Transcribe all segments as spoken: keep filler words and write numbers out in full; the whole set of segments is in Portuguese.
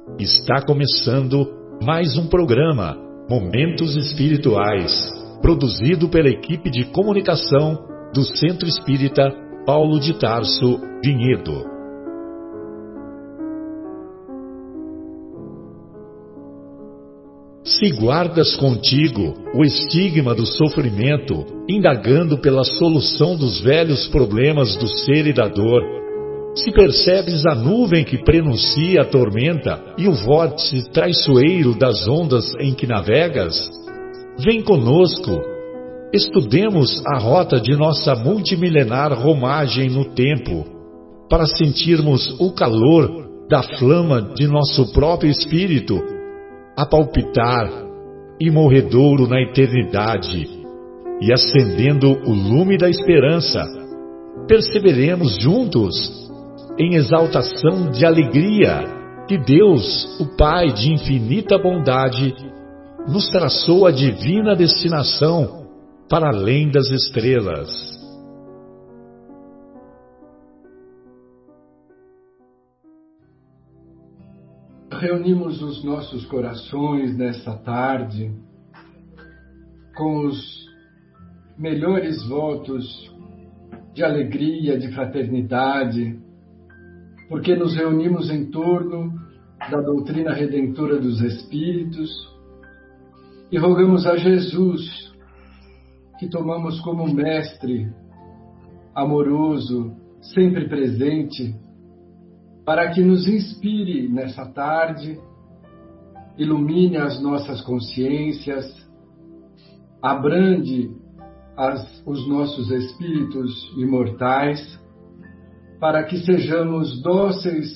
Está começando mais um programa, Momentos Espirituais, produzido pela equipe de comunicação do Centro Espírita Paulo de Tarso, Vinhedo. Se guardas contigo o estigma do sofrimento, indagando pela solução dos velhos problemas do ser e da dor, se percebes a nuvem que prenuncia a tormenta e o vórtice traiçoeiro das ondas em que navegas, vem conosco, estudemos a rota de nossa multimilenar romagem no tempo, para sentirmos o calor da flama de nosso próprio espírito a palpitar, imorredouro na eternidade, e acendendo o lume da esperança, perceberemos juntos, em exaltação de alegria, que Deus, o Pai de infinita bondade, nos traçou a divina destinação para além das estrelas. Reunimos os nossos corações nesta tarde com os melhores votos de alegria, de fraternidade, porque nos reunimos em torno da doutrina redentora dos Espíritos e rogamos a Jesus, que tomamos como mestre amoroso, sempre presente, para que nos inspire nessa tarde, ilumine as nossas consciências, abrande as, os nossos espíritos imortais, para que sejamos dóceis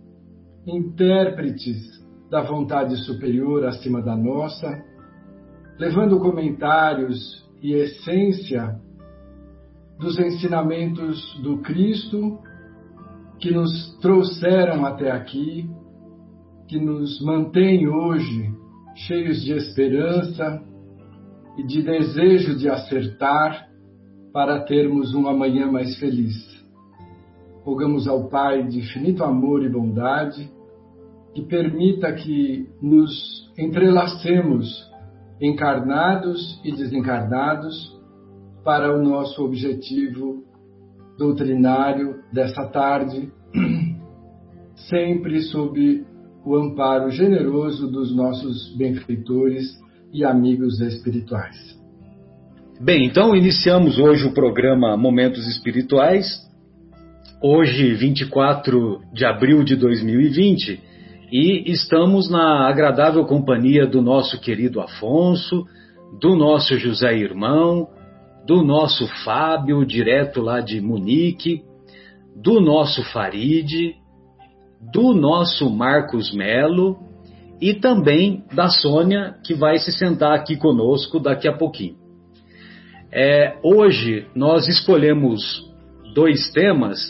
intérpretes da vontade superior acima da nossa, levando comentários e essência dos ensinamentos do Cristo que nos trouxeram até aqui, que nos mantém hoje cheios de esperança e de desejo de acertar para termos um amanhã mais feliz. Rogamos ao Pai de infinito amor e bondade que permita que nos entrelacemos, encarnados e desencarnados, para o nosso objetivo doutrinário dessa tarde, sempre sob o amparo generoso dos nossos benfeitores e amigos espirituais. Bem, então iniciamos hoje o programa Momentos Espirituais, hoje vinte e quatro de abril de dois mil e vinte, e estamos na agradável companhia do nosso querido Afonso, do nosso José Irmão, do nosso Fábio, direto lá de Munique, do nosso Farid, do nosso Marcos Melo e também da Sônia, que vai se sentar aqui conosco daqui a pouquinho. É, hoje nós escolhemos dois temas,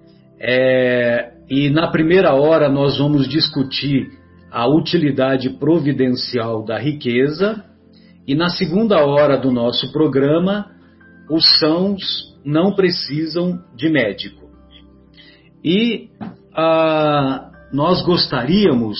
é, e na primeira hora nós vamos discutir a utilidade providencial da riqueza, e na segunda hora do nosso programa, os sãos não precisam de médico. E ah, nós gostaríamos,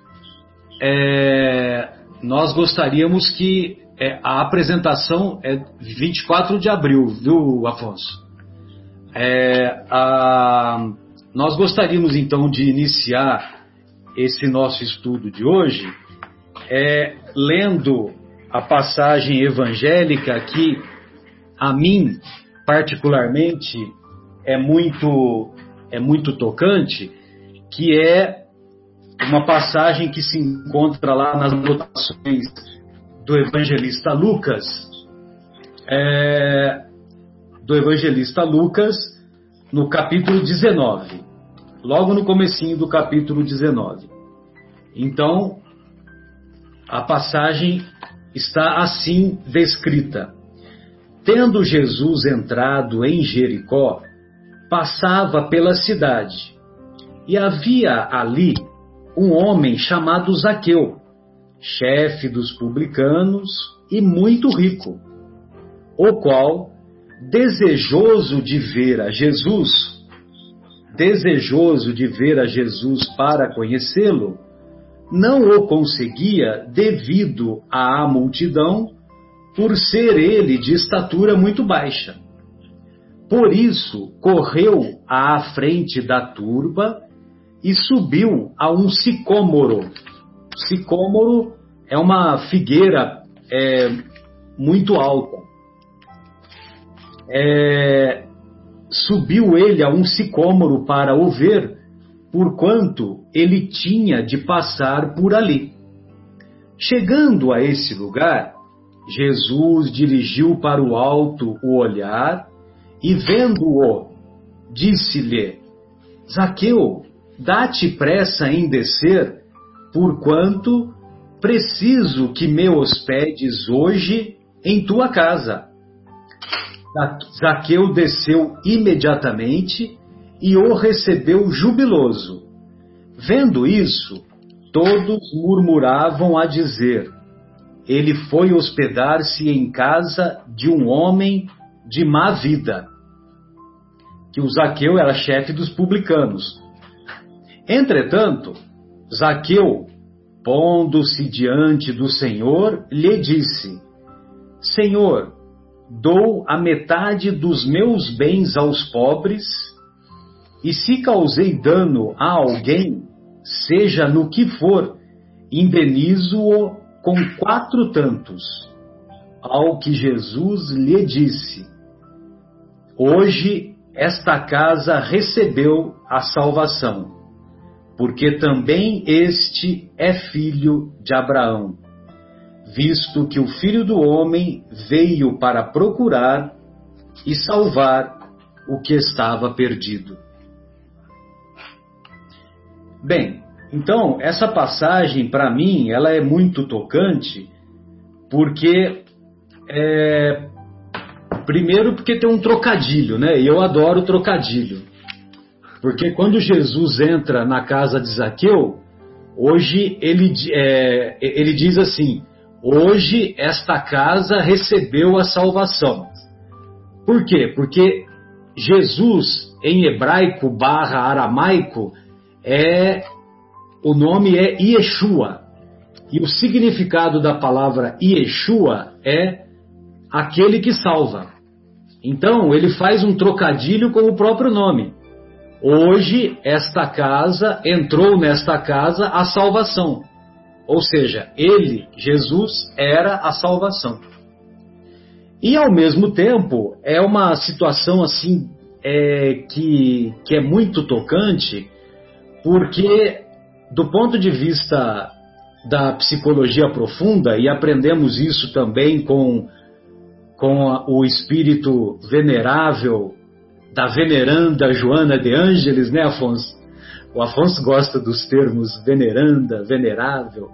é, nós gostaríamos que é, a apresentação é vinte e quatro de abril, viu, Afonso? É, a, nós gostaríamos então de iniciar esse nosso estudo de hoje é, lendo a passagem evangélica que a mim, particularmente, é muito, é muito tocante, que é uma passagem que se encontra lá nas anotações do evangelista Lucas, é, do evangelista Lucas, no capítulo dezenove, logo no comecinho do capítulo dezenove. Então, a passagem está assim descrita. Tendo Jesus entrado em Jericó, passava pela cidade, e havia ali um homem chamado Zaqueu, chefe dos publicanos e muito rico, o qual, desejoso de ver a Jesus, desejoso de ver a Jesus para conhecê-lo, não o conseguia devido à multidão, por ser ele de estatura muito baixa. Por isso, correu à frente da turba e subiu a um sicômoro. Sicômoro é uma figueira é, muito alta. É, subiu ele a um sicômoro para o ver, porquanto ele tinha de passar por ali. Chegando a esse lugar, Jesus dirigiu para o alto o olhar e, vendo-o, disse-lhe: Zaqueu, dá-te pressa em descer, porquanto preciso que me hospedes hoje em tua casa. Zaqueu desceu imediatamente e o recebeu jubiloso. Vendo isso, todos murmuravam a dizer: ele foi hospedar-se em casa de um homem de má vida. Que o Zaqueu era chefe dos publicanos. Entretanto, Zaqueu, pondo-se diante do Senhor, lhe disse: Senhor, dou a metade dos meus bens aos pobres, e se causei dano a alguém, seja no que for, indenizo-o com quatro tantos. Ao que Jesus lhe disse: Hoje esta casa recebeu a salvação, porque também este é filho de Abraão, visto que o Filho do Homem veio para procurar e salvar o que estava perdido. Bem, então, essa passagem, para mim, ela é muito tocante, porque, é, primeiro porque tem um trocadilho, né? E eu adoro trocadilho. Porque quando Jesus entra na casa de Zaqueu, hoje ele, é, ele diz assim: hoje esta casa recebeu a salvação. Por quê? Porque Jesus, em hebraico barra aramaico, é, o nome é Yeshua. E o significado da palavra Yeshua é aquele que salva. Então, ele faz um trocadilho com o próprio nome. Hoje, esta casa, entrou nesta casa a salvação. Ou seja, ele, Jesus, era a salvação. E, ao mesmo tempo, é uma situação assim é, que, que é muito tocante, porque, do ponto de vista da psicologia profunda, e aprendemos isso também com, com a, o espírito venerável da veneranda Joana de Ângeles, né, Afonso? O Afonso gosta dos termos veneranda, venerável.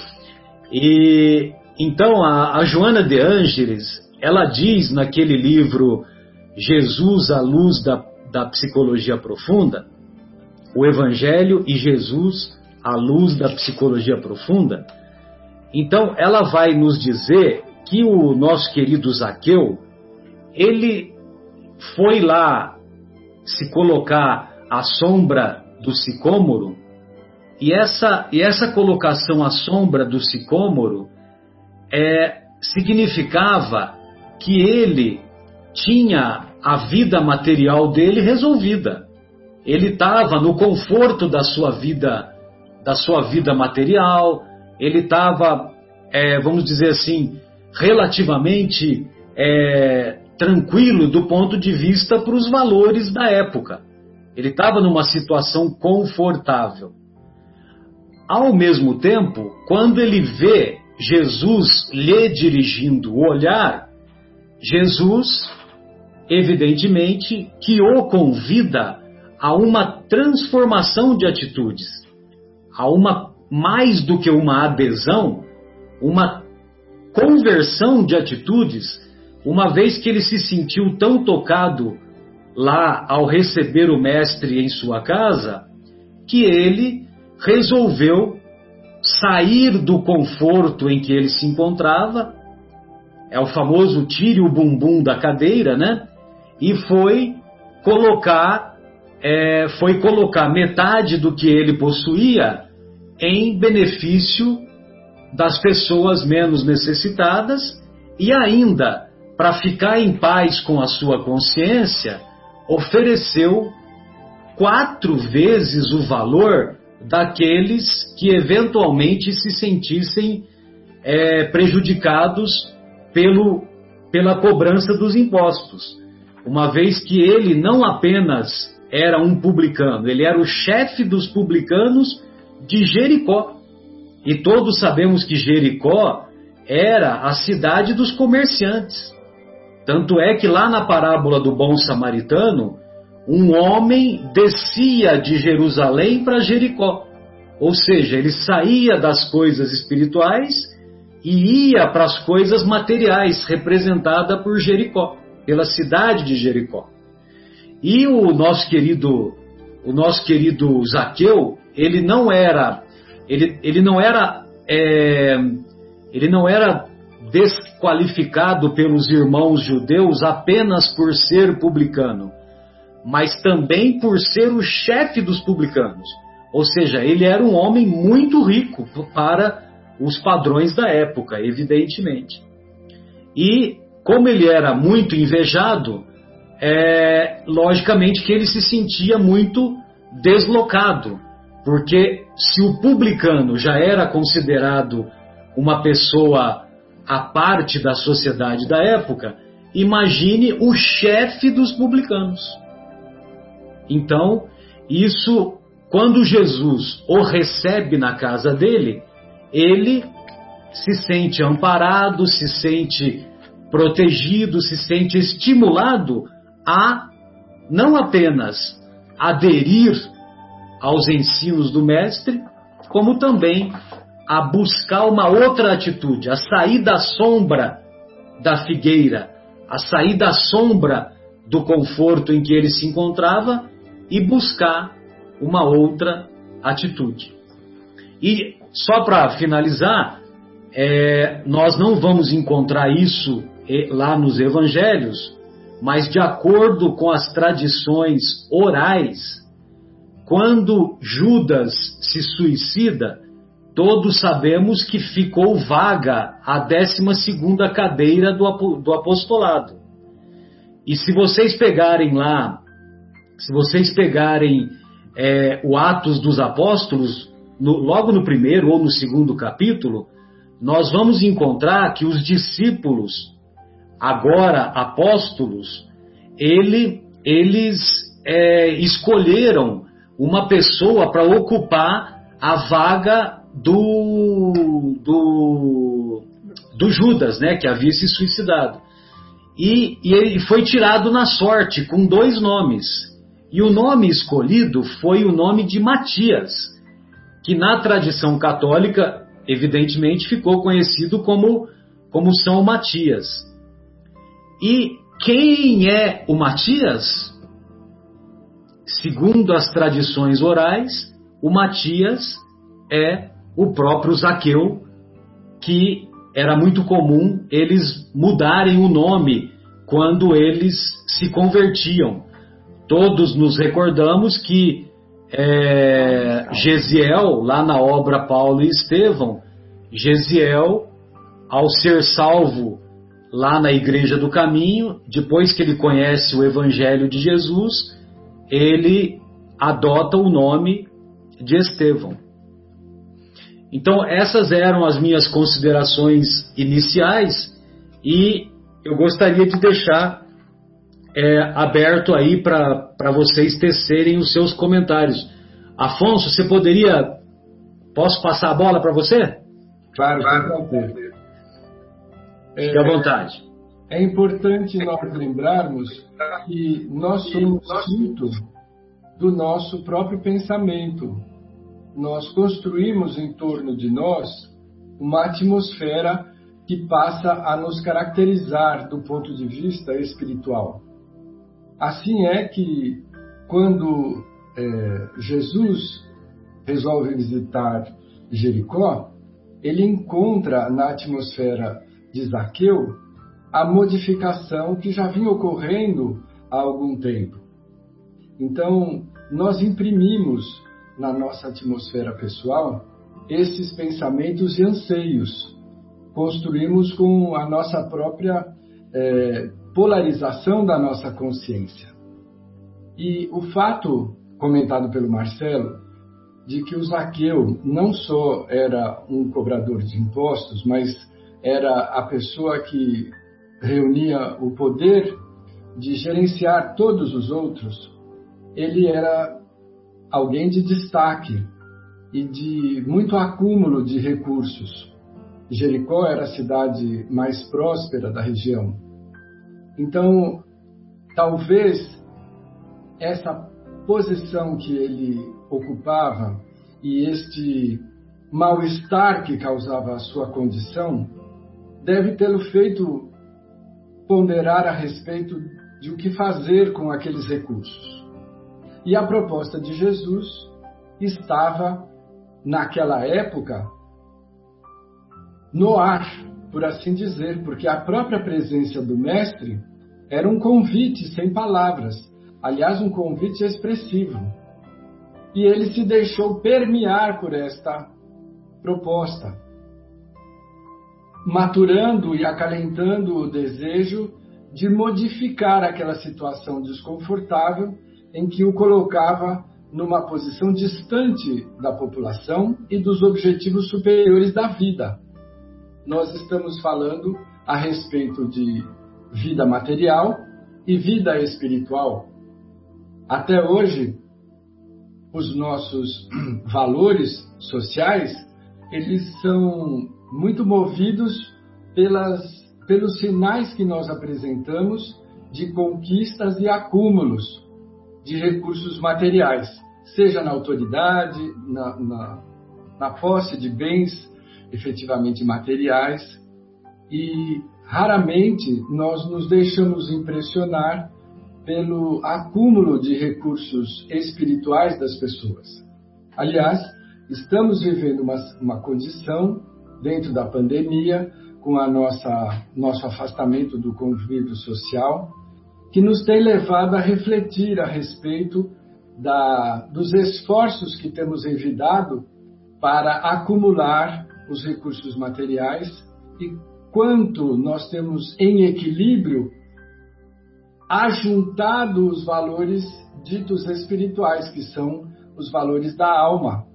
E então a, a Joana de Ângeles, ela diz naquele livro Jesus, a luz da, da psicologia profunda, o Evangelho e Jesus, a luz da psicologia profunda. Então ela vai nos dizer que o nosso querido Zaqueu, ele foi lá se colocar à sombra do sicômoro, e essa, e essa colocação à sombra do sicômoro é, significava que ele tinha a vida material dele resolvida. Ele estava no conforto da sua vida, da sua vida material, ele estava, é, vamos dizer assim, relativamente é, tranquilo do ponto de vista para os valores da época. Ele estava numa situação confortável. Ao mesmo tempo, quando ele vê Jesus lhe dirigindo o olhar, Jesus, evidentemente, que o convida a uma transformação de atitudes, a uma, mais do que uma adesão, uma conversão de atitudes, uma vez que ele se sentiu tão tocado lá ao receber o mestre em sua casa, que ele resolveu sair do conforto em que ele se encontrava, é o famoso tire o bumbum da cadeira, né? E foi colocar, é, foi colocar metade do que ele possuía em benefício das pessoas menos necessitadas e ainda, para ficar em paz com a sua consciência, ofereceu quatro vezes o valor daqueles que eventualmente se sentissem é, prejudicados pelo, pela cobrança dos impostos, uma vez que ele não apenas era um publicano, ele era o chefe dos publicanos de Jericó. E todos sabemos que Jericó era a cidade dos comerciantes. Tanto é que lá na parábola do bom samaritano, um homem descia de Jerusalém para Jericó. Ou seja, ele saía das coisas espirituais e ia para as coisas materiais, representada por Jericó, pela cidade de Jericó. E o nosso querido, o nosso querido Zaqueu, ele não era, ele, ele não era, é, ele não era desqualificado pelos irmãos judeus apenas por ser publicano, mas também por ser o chefe dos publicanos. Ou seja, ele era um homem muito rico para os padrões da época, evidentemente. E como ele era muito invejado, é, logicamente que ele se sentia muito deslocado, porque se o publicano já era considerado uma pessoa à parte da sociedade da época, imagine o chefe dos publicanos. Então, isso, quando Jesus o recebe na casa dele, ele se sente amparado, se sente protegido, se sente estimulado a não apenas aderir aos ensinos do mestre, como também a buscar uma outra atitude, a sair da sombra da figueira, a sair da sombra do conforto em que ele se encontrava e buscar uma outra atitude. E só para finalizar, é, nós não vamos encontrar isso lá nos evangelhos, mas de acordo com as tradições orais, quando Judas se suicida, todos sabemos que ficou vaga a décima segunda cadeira do, do apostolado. E se vocês pegarem lá, se vocês pegarem é, o Atos dos Apóstolos, no, logo no primeiro ou no segundo capítulo, nós vamos encontrar que os discípulos, agora apóstolos, ele, eles é, escolheram uma pessoa para ocupar a vaga do, do, do Judas, né, que havia se suicidado. E, e ele foi tirado na sorte com dois nomes. E o nome escolhido foi o nome de Matias, que na tradição católica, evidentemente, ficou conhecido como, como São Matias. E quem é o Matias? Segundo as tradições orais, o Matias é o próprio Zaqueu, que era muito comum eles mudarem o nome quando eles se convertiam. Todos nos recordamos que é, Gesiel, lá na obra Paulo e Estevão, Gesiel, ao ser salvo lá na Igreja do Caminho, depois que ele conhece o Evangelho de Jesus, ele adota o nome de Estevão. Então, essas eram as minhas considerações iniciais e eu gostaria de deixar é, aberto aí para vocês tecerem os seus comentários. Afonso, você poderia... Posso passar a bola para você? Claro, com prazer. Fique à vontade. É importante nós lembrarmos que nós somos fruto do nosso próprio pensamento. Nós construímos em torno de nós uma atmosfera que passa a nos caracterizar do ponto de vista espiritual. Assim é que, quando é, Jesus resolve visitar Jericó, ele encontra na atmosfera de Zaqueu a modificação que já vinha ocorrendo há algum tempo. Então, nós imprimimos na nossa atmosfera pessoal esses pensamentos e anseios. Construímos com a nossa própria é, polarização da nossa consciência. E o fato, comentado pelo Marcelo, de que o Zaqueu não só era um cobrador de impostos, mas era a pessoa que reunia o poder de gerenciar todos os outros, ele era alguém de destaque e de muito acúmulo de recursos. Jericó era a cidade mais próspera da região. Então, talvez essa posição que ele ocupava e este mal-estar que causava a sua condição deve tê-lo feito ponderar a respeito de o que fazer com aqueles recursos. E a proposta de Jesus estava, naquela época, no ar, por assim dizer, porque a própria presença do Mestre era um convite sem palavras, aliás, um convite expressivo. E ele se deixou permear por esta proposta, maturando e acalentando o desejo de modificar aquela situação desconfortável em que o colocava numa posição distante da população e dos objetivos superiores da vida. Nós estamos falando a respeito de vida material e vida espiritual. Até hoje, os nossos valores sociais, eles são muito movidos pelas, pelos sinais que nós apresentamos de conquistas e acúmulos de recursos materiais, seja na autoridade, na, na, na posse de bens efetivamente materiais, e raramente nós nos deixamos impressionar pelo acúmulo de recursos espirituais das pessoas. Aliás, estamos vivendo uma, uma condição, dentro da pandemia, com a nossa nosso afastamento do convívio social, que nos tem levado a refletir a respeito da, dos esforços que temos envidado para acumular os recursos materiais e quanto nós temos em equilíbrio ajuntado os valores ditos espirituais, que são os valores da alma.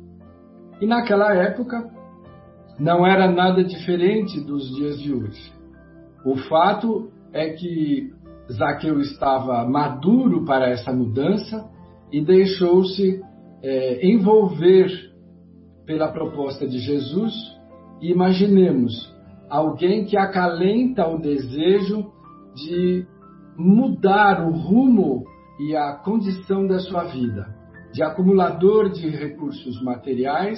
E naquela época não era nada diferente dos dias de hoje. O fato é que Zaqueu estava maduro para essa mudança e deixou-se é, envolver pela proposta de Jesus. E imaginemos alguém que acalenta o desejo de mudar o rumo e a condição da sua vida, de acumulador de recursos materiais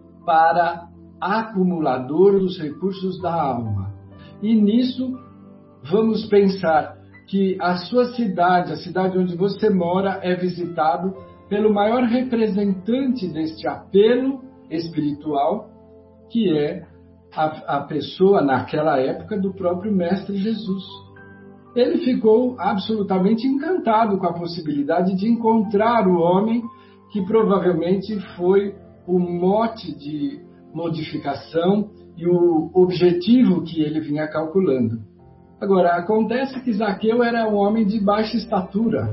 para acumulador dos recursos da alma. E nisso vamos pensar que a sua cidade, a cidade onde você mora, é visitado pelo maior representante deste apelo espiritual, que é a, a pessoa, naquela época, do próprio Mestre Jesus. Ele ficou absolutamente encantado com a possibilidade de encontrar o homem que provavelmente foi o mote de modificação e o objetivo que ele vinha calculando. Agora, acontece que Zaqueu era um homem de baixa estatura.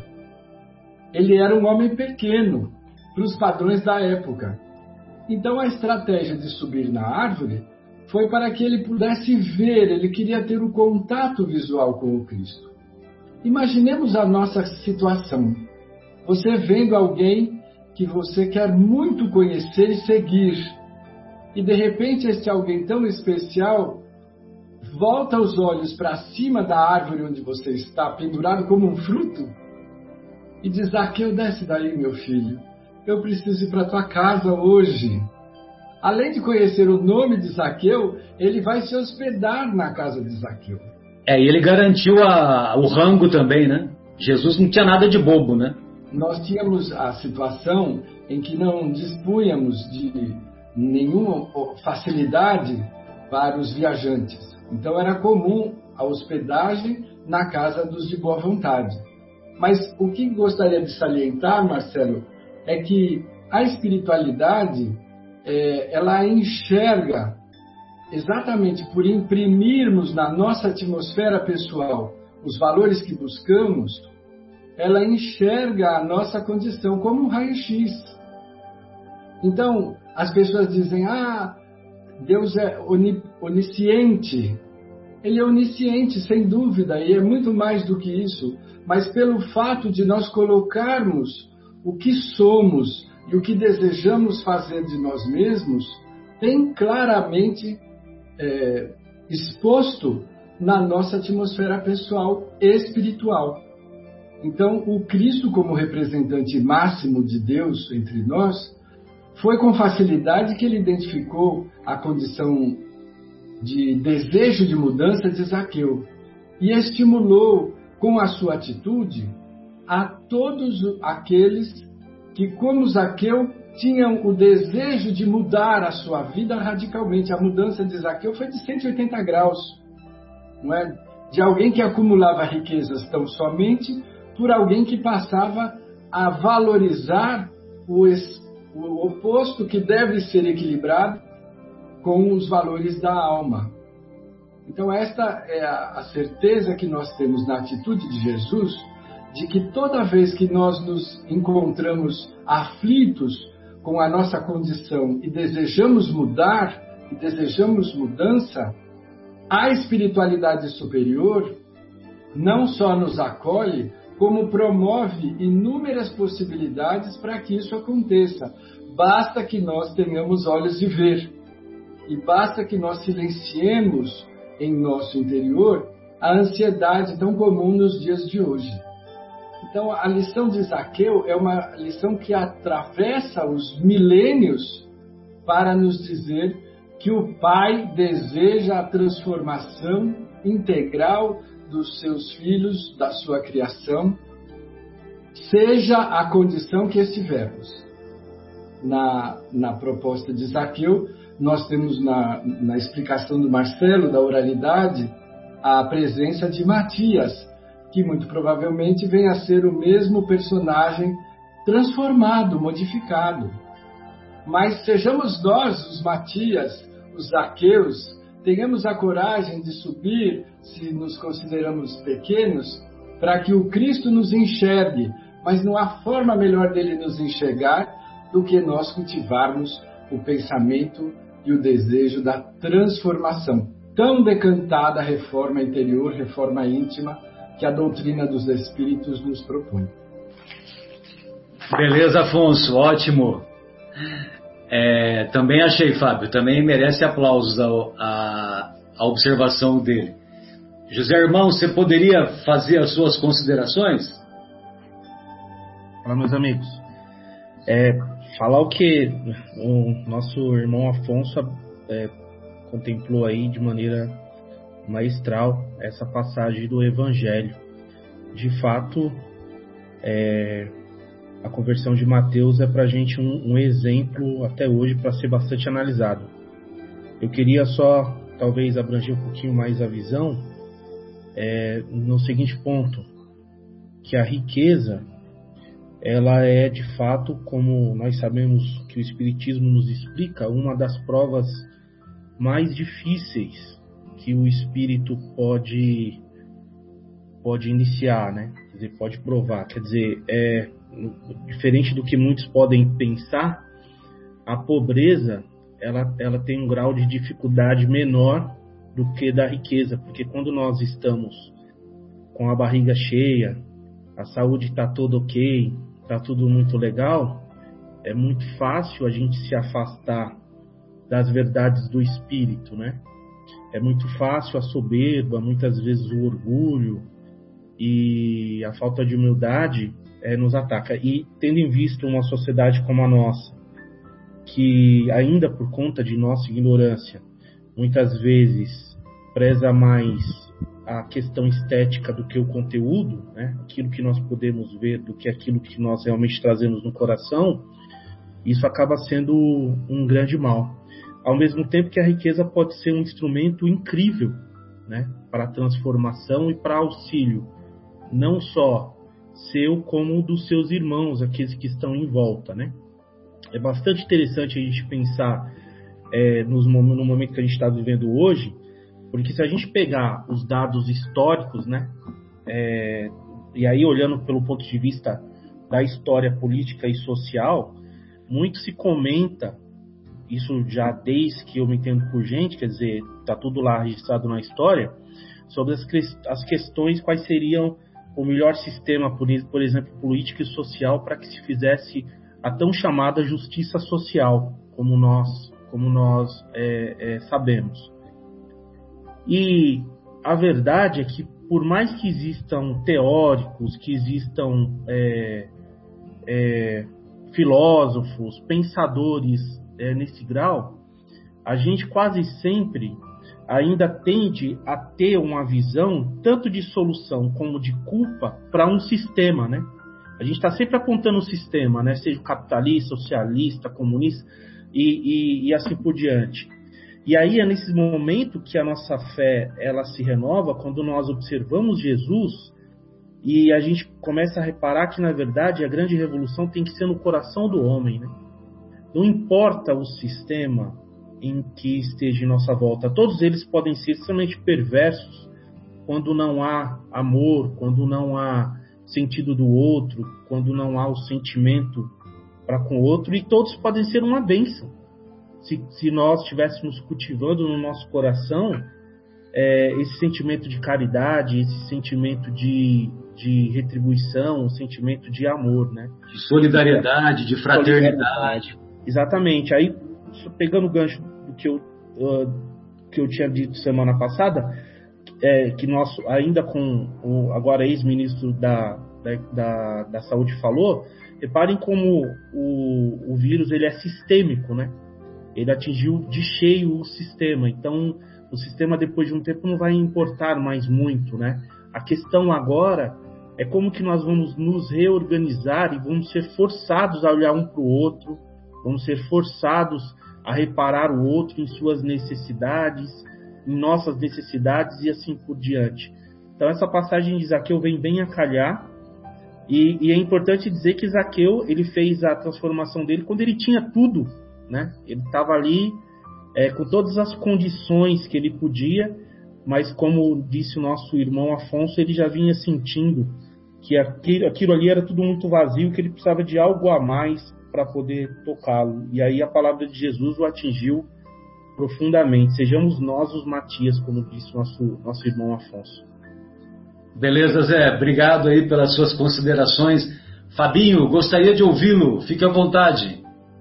Ele era um homem pequeno, para os padrões da época. Então, a estratégia de subir na árvore foi para que ele pudesse ver, ele queria ter o contato visual com o Cristo. Imaginemos a nossa situação. Você vendo alguém que você quer muito conhecer e seguir, e de repente este alguém tão especial volta os olhos para cima da árvore onde você está, pendurado como um fruto, e diz: Zaqueu, desce daí, meu filho, eu preciso ir para tua casa hoje. Além de conhecer o nome de Zaqueu, ele vai se hospedar na casa de Zaqueu. É, e ele garantiu a, o rango também, né? Jesus não tinha nada de bobo, né? Nós tínhamos a situação em que não dispunhamos de nenhuma facilidade para os viajantes. Então era comum a hospedagem na casa dos de boa vontade. Mas o que gostaria de salientar, Marcelo, é que a espiritualidade, é, ela enxerga, exatamente por imprimirmos na nossa atmosfera pessoal os valores que buscamos, ela enxerga a nossa condição como um raio-x. Então, as pessoas dizem, ah, Deus é onisciente. Ele é onisciente, sem dúvida, e é muito mais do que isso. Mas pelo fato de nós colocarmos o que somos e o que desejamos fazer de nós mesmos, tem claramente é, exposto na nossa atmosfera pessoal e espiritual. Então, o Cristo, como representante máximo de Deus entre nós, foi com facilidade que ele identificou a condição de desejo de mudança de Zaqueu e estimulou com a sua atitude a todos aqueles que, como Zaqueu, tinham o desejo de mudar a sua vida radicalmente. A mudança de Zaqueu foi de cento e oitenta graus, não é? De alguém que acumulava riquezas tão somente por alguém que passava a valorizar o, o oposto que deve ser equilibrado com os valores da alma. Então esta é a, a certeza que nós temos na atitude de Jesus, de que toda vez que nós nos encontramos aflitos com a nossa condição e desejamos mudar, e desejamos mudança, a espiritualidade superior não só nos acolhe, como promove inúmeras possibilidades para que isso aconteça. Basta que nós tenhamos olhos de ver. E basta que nós silenciemos em nosso interior a ansiedade tão comum nos dias de hoje. Então, a lição de Zaqueu é uma lição que atravessa os milênios para nos dizer que o Pai deseja a transformação integral dos seus filhos, da sua criação, seja a condição que estivermos. Na, na proposta de Zaqueu, nós temos na, na explicação do Marcelo, da oralidade, a presença de Matias, que muito provavelmente vem a ser o mesmo personagem transformado, modificado. Mas sejamos nós, os Matias, os Zaqueus, tenhamos a coragem de subir, se nos consideramos pequenos, para que o Cristo nos enxergue, mas não há forma melhor dele nos enxergar do que nós cultivarmos o pensamento e o desejo da transformação, tão decantada reforma interior, reforma íntima, que a doutrina dos Espíritos nos propõe. Beleza, Afonso, ótimo. É, também achei, Fábio, também merece aplausos a, a, a observação dele. José Irmão, você poderia fazer as suas considerações? Fala, meus amigos. É, falar o que o nosso irmão Afonso é, contemplou aí de maneira maestral essa passagem do Evangelho. De fato, é, a conversão de Mateus é para a gente um, um exemplo até hoje para ser bastante analisado. Eu queria só, talvez, abranger um pouquinho mais a visão é, no seguinte ponto, que a riqueza, ela é, de fato, como nós sabemos que o Espiritismo nos explica, uma das provas mais difíceis que o espírito pode, pode iniciar, né? Quer dizer, pode provar. Quer dizer, é, diferente do que muitos podem pensar, a pobreza ela, ela tem um grau de dificuldade menor do que da riqueza, porque quando nós estamos com a barriga cheia, a saúde está toda ok, está tudo muito legal, é muito fácil a gente se afastar das verdades do espírito, né? É muito fácil a soberba, muitas vezes o orgulho e a falta de humildade é, nos ataca. E tendo em vista uma sociedade como a nossa, que ainda por conta de nossa ignorância, muitas vezes preza mais a questão estética do que o conteúdo, né? Aquilo que nós podemos ver do que aquilo que nós realmente trazemos no coração, isso acaba sendo um grande mal. Ao mesmo tempo que a riqueza pode ser um instrumento incrível, né? Para a transformação e para auxílio, não só seu como dos seus irmãos, aqueles que estão em volta, né? é bastante interessante a gente pensar é, nos, no momento que a gente está vivendo hoje, porque se a gente pegar os dados históricos, né, é, e aí olhando pelo ponto de vista da história política e social, muito se comenta, isso já desde que eu me entendo por gente, quer dizer, está tudo lá registrado na história, sobre as, as questões, quais seriam o melhor sistema, por, por exemplo, político e social, para que se fizesse a tão chamada justiça social, como nós, como nós é, é, sabemos. E a verdade é que, por mais que existam teóricos, que existam é, é, filósofos, pensadores é, nesse grau, a gente quase sempre ainda tende a ter uma visão tanto de solução como de culpa para um sistema, né? A gente está sempre apontando o sistema, né? Seja capitalista, socialista, comunista e, e, e assim por diante. E aí é nesse momento que a nossa fé ela se renova, quando nós observamos Jesus e a gente começa a reparar que, na verdade, a grande revolução tem que ser no coração do homem, né? Não importa o sistema em que esteja em nossa volta, todos eles podem ser extremamente perversos quando não há amor, quando não há sentido do outro, quando não há o sentimento para com o outro, e todos podem ser uma bênção. Se, se nós estivéssemos cultivando no nosso coração é, esse sentimento de caridade, esse sentimento de, de retribuição, o sentimento de amor, né? De solidariedade, de fraternidade. Exatamente. Aí, pegando o gancho do que eu, uh, que eu tinha dito semana passada, é, que nós, ainda com o agora ex-ministro da, da, da, da Saúde falou, reparem como o, o vírus ele é sistêmico, né? Ele atingiu de cheio o sistema. Então, o sistema, depois de um tempo, não vai importar mais muito, né? A questão agora é como que nós vamos nos reorganizar e vamos ser forçados a olhar um para o outro, vamos ser forçados a reparar o outro em suas necessidades, em nossas necessidades e assim por diante. Então, essa passagem de Zaqueu vem bem a calhar, e, e é importante dizer que Zaqueu ele fez a transformação dele quando ele tinha tudo, né? Ele estava ali é, com todas as condições que ele podia, mas como disse o nosso irmão Afonso, ele já vinha sentindo que aquilo, aquilo ali era tudo muito vazio, que ele precisava de algo a mais para poder tocá-lo. E aí a palavra de Jesus o atingiu profundamente. Sejamos nós os Matias, como disse o nosso, nosso irmão Afonso. Beleza, Zé. Obrigado aí pelas suas considerações. Fabinho, gostaria de ouvi-lo. Fique à vontade.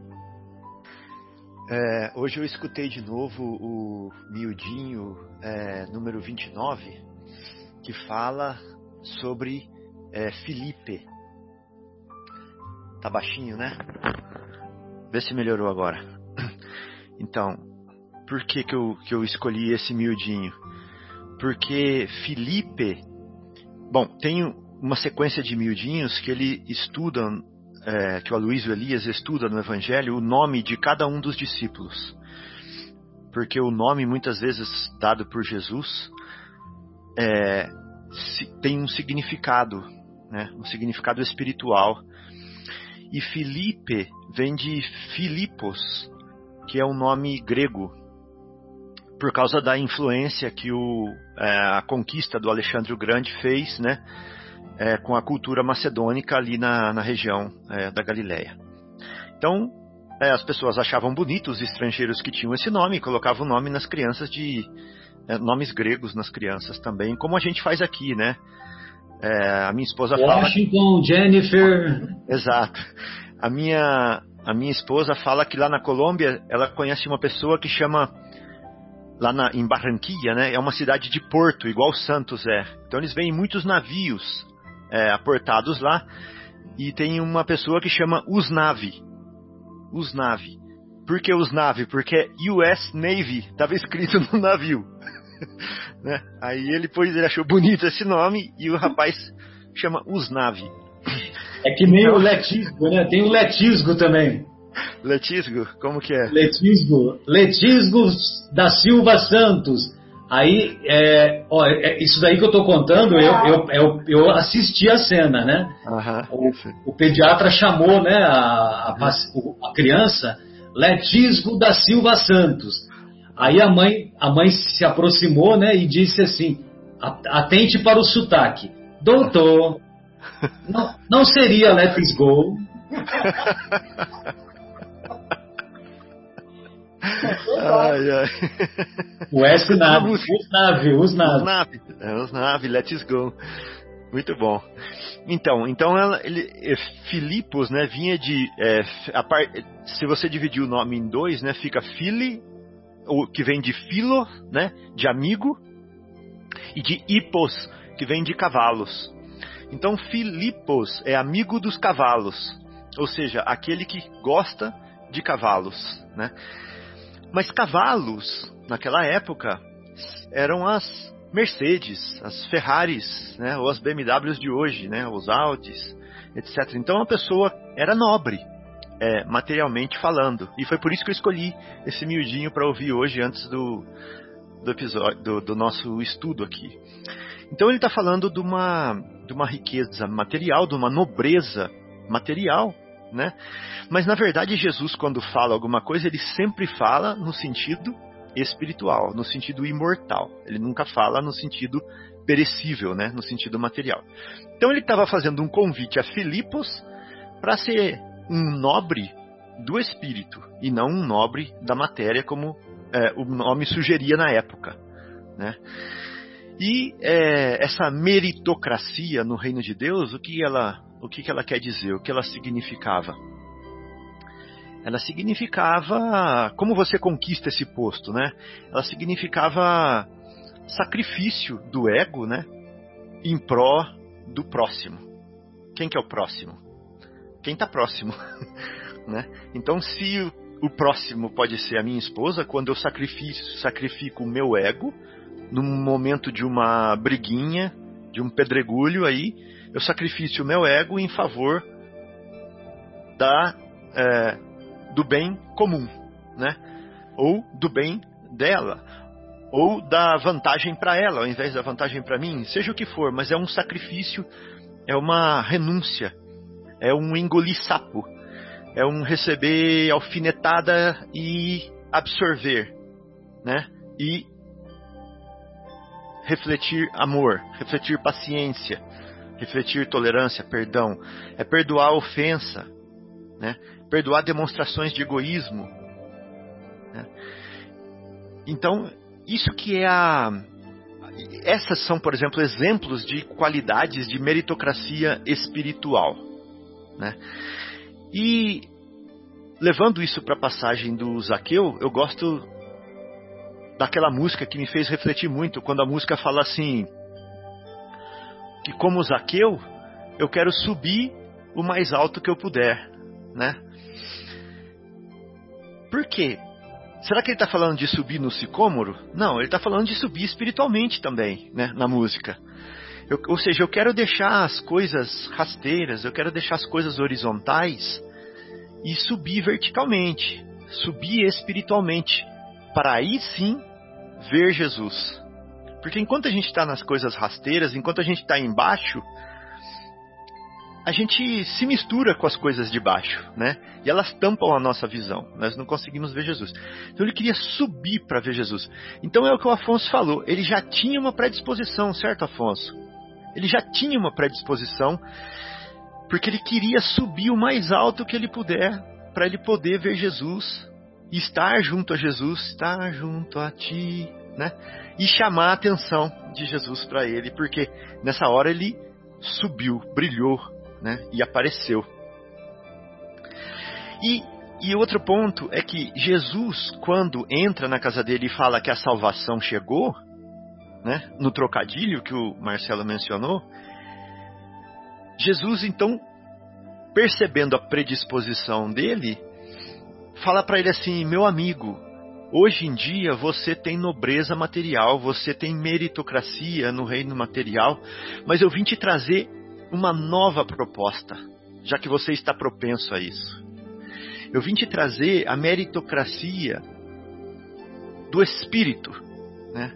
É, hoje eu escutei de novo o miudinho é, número vinte e nove, que fala sobre é, Filipe. Tá baixinho, né? Vê se melhorou agora. Então, por que que eu, que eu escolhi esse miudinho? Porque Filipe... Bom, tem uma sequência de miudinhos que ele estuda... É, que o Aloysio Elias estuda no Evangelho o nome de cada um dos discípulos, porque o nome muitas vezes dado por Jesus é, tem um significado, né, um significado espiritual. E Filipe vem de Filipos, que é um nome grego, por causa da influência que o, é, a conquista do Alexandre o Grande fez, né, É, com a cultura macedônica ali na, na região é, da Galileia. Então, é, as pessoas achavam bonitos os estrangeiros que tinham esse nome e colocavam o nome nas crianças de... É, nomes gregos nas crianças também, como a gente faz aqui, né? É, a minha esposa fala... Washington, Jennifer... Exato. A minha, a minha esposa fala que lá na Colômbia ela conhece uma pessoa que chama... Lá na, em Barranquilla, né? É uma cidade de porto, igual Santos é. Então eles veem muitos navios É, aportados lá, e tem uma pessoa que chama Usnavi. Usnavi. Por que Usnavi? Porque U S Navy estava escrito no navio. Né? Aí ele, depois ele achou bonito esse nome e o rapaz chama Usnavi. É que nem então, o Letisgo, né? Tem o Letisgo também. Letisgo? Como que é? Letisgo. Letisgo da Silva Santos. Aí, é, ó, é, isso daí que eu tô contando, eu, eu, eu, eu assisti a cena, né? Uhum. O, o pediatra chamou, né, a, a, a criança, Letisgo da Silva Santos. Aí a mãe, a mãe se aproximou, né, e disse assim, atente para o sotaque. Doutor, não, não seria Let's Go? Ai, ai. O S nave, os nave, os nave. Os nave, é, os nave, Let's Go. Muito bom. Então, então ela, ele, Filipos, né, vinha de, é, a par, se você dividir o nome em dois, né, fica Fili, o que vem de filo, né, de amigo, e de hipos, que vem de cavalos. Então, Filipos é amigo dos cavalos, ou seja, aquele que gosta de cavalos, né? Mas cavalos, naquela época, eram as Mercedes, as Ferraris, né, ou as B M Ws de hoje, né, os Audis, etcétera. Então a pessoa era nobre, é, materialmente falando. E foi por isso que eu escolhi esse miudinho para ouvir hoje, antes do, do episódio, do, do nosso estudo aqui. Então ele está falando de uma, de uma riqueza material, de uma nobreza material, né? Mas na verdade Jesus, quando fala alguma coisa, ele sempre fala no sentido espiritual, no sentido imortal. Ele nunca fala no sentido perecível, né? No sentido material. Então ele estava fazendo um convite a Filipos para ser um nobre do espírito e não um nobre da matéria, como é, o nome sugeria na época, né? E é, essa meritocracia no reino de Deus, o que ela, o que ela quer dizer? O que ela significava? Ela significava, como você conquista esse posto, né? Ela significava sacrifício do ego, né? Em pró do próximo. Quem que é o próximo? Quem está próximo, né? Então, se o próximo pode ser a minha esposa, quando eu sacrifico, sacrifico o meu ego, num momento de uma briguinha, de um pedregulho aí, eu sacrifico o meu ego em favor da, é, do bem comum, né? Ou do bem dela, ou da vantagem para ela, ao invés da vantagem para mim, seja o que for, mas é um sacrifício, é uma renúncia, é um engolir sapo, é um receber alfinetada e absorver, né? E refletir amor, refletir paciência, refletir tolerância, perdão, é perdoar a ofensa, né? Perdoar demonstrações de egoísmo, né? Então, isso que é a... Essas são, por exemplo, exemplos de qualidades de meritocracia espiritual, né? E levando isso para a passagem do Zaqueu, eu gosto daquela música que me fez refletir muito, quando a música fala assim, que como Zaqueu, eu quero subir o mais alto que eu puder, né? Por quê? Será que ele está falando de subir no sicômoro? Não, ele está falando de subir espiritualmente também, né, na música. Eu, ou seja, eu quero deixar as coisas rasteiras, eu quero deixar as coisas horizontais e subir verticalmente, subir espiritualmente, para aí sim ver Jesus. Porque enquanto a gente está nas coisas rasteiras, enquanto a gente está embaixo, a gente se mistura com as coisas de baixo, né? E elas tampam a nossa visão. Nós não conseguimos ver Jesus. Então ele queria subir para ver Jesus. Então é o que o Afonso falou. Ele já tinha uma predisposição, certo, Afonso? Ele já tinha uma predisposição, porque ele queria subir o mais alto que ele puder, para ele poder ver Jesus, estar junto a Jesus, estar junto a ti, né? E chamar a atenção de Jesus para ele, porque nessa hora ele subiu, brilhou, né? E apareceu. E, e outro ponto é que Jesus, quando entra na casa dele e fala que a salvação chegou, né? No trocadilho que o Marcelo mencionou, Jesus então, percebendo a predisposição dele, fala para ele assim: meu amigo, hoje em dia você tem nobreza material, você tem meritocracia no reino material, mas eu vim te trazer uma nova proposta, já que você está propenso a isso. Eu vim te trazer a meritocracia do Espírito, né?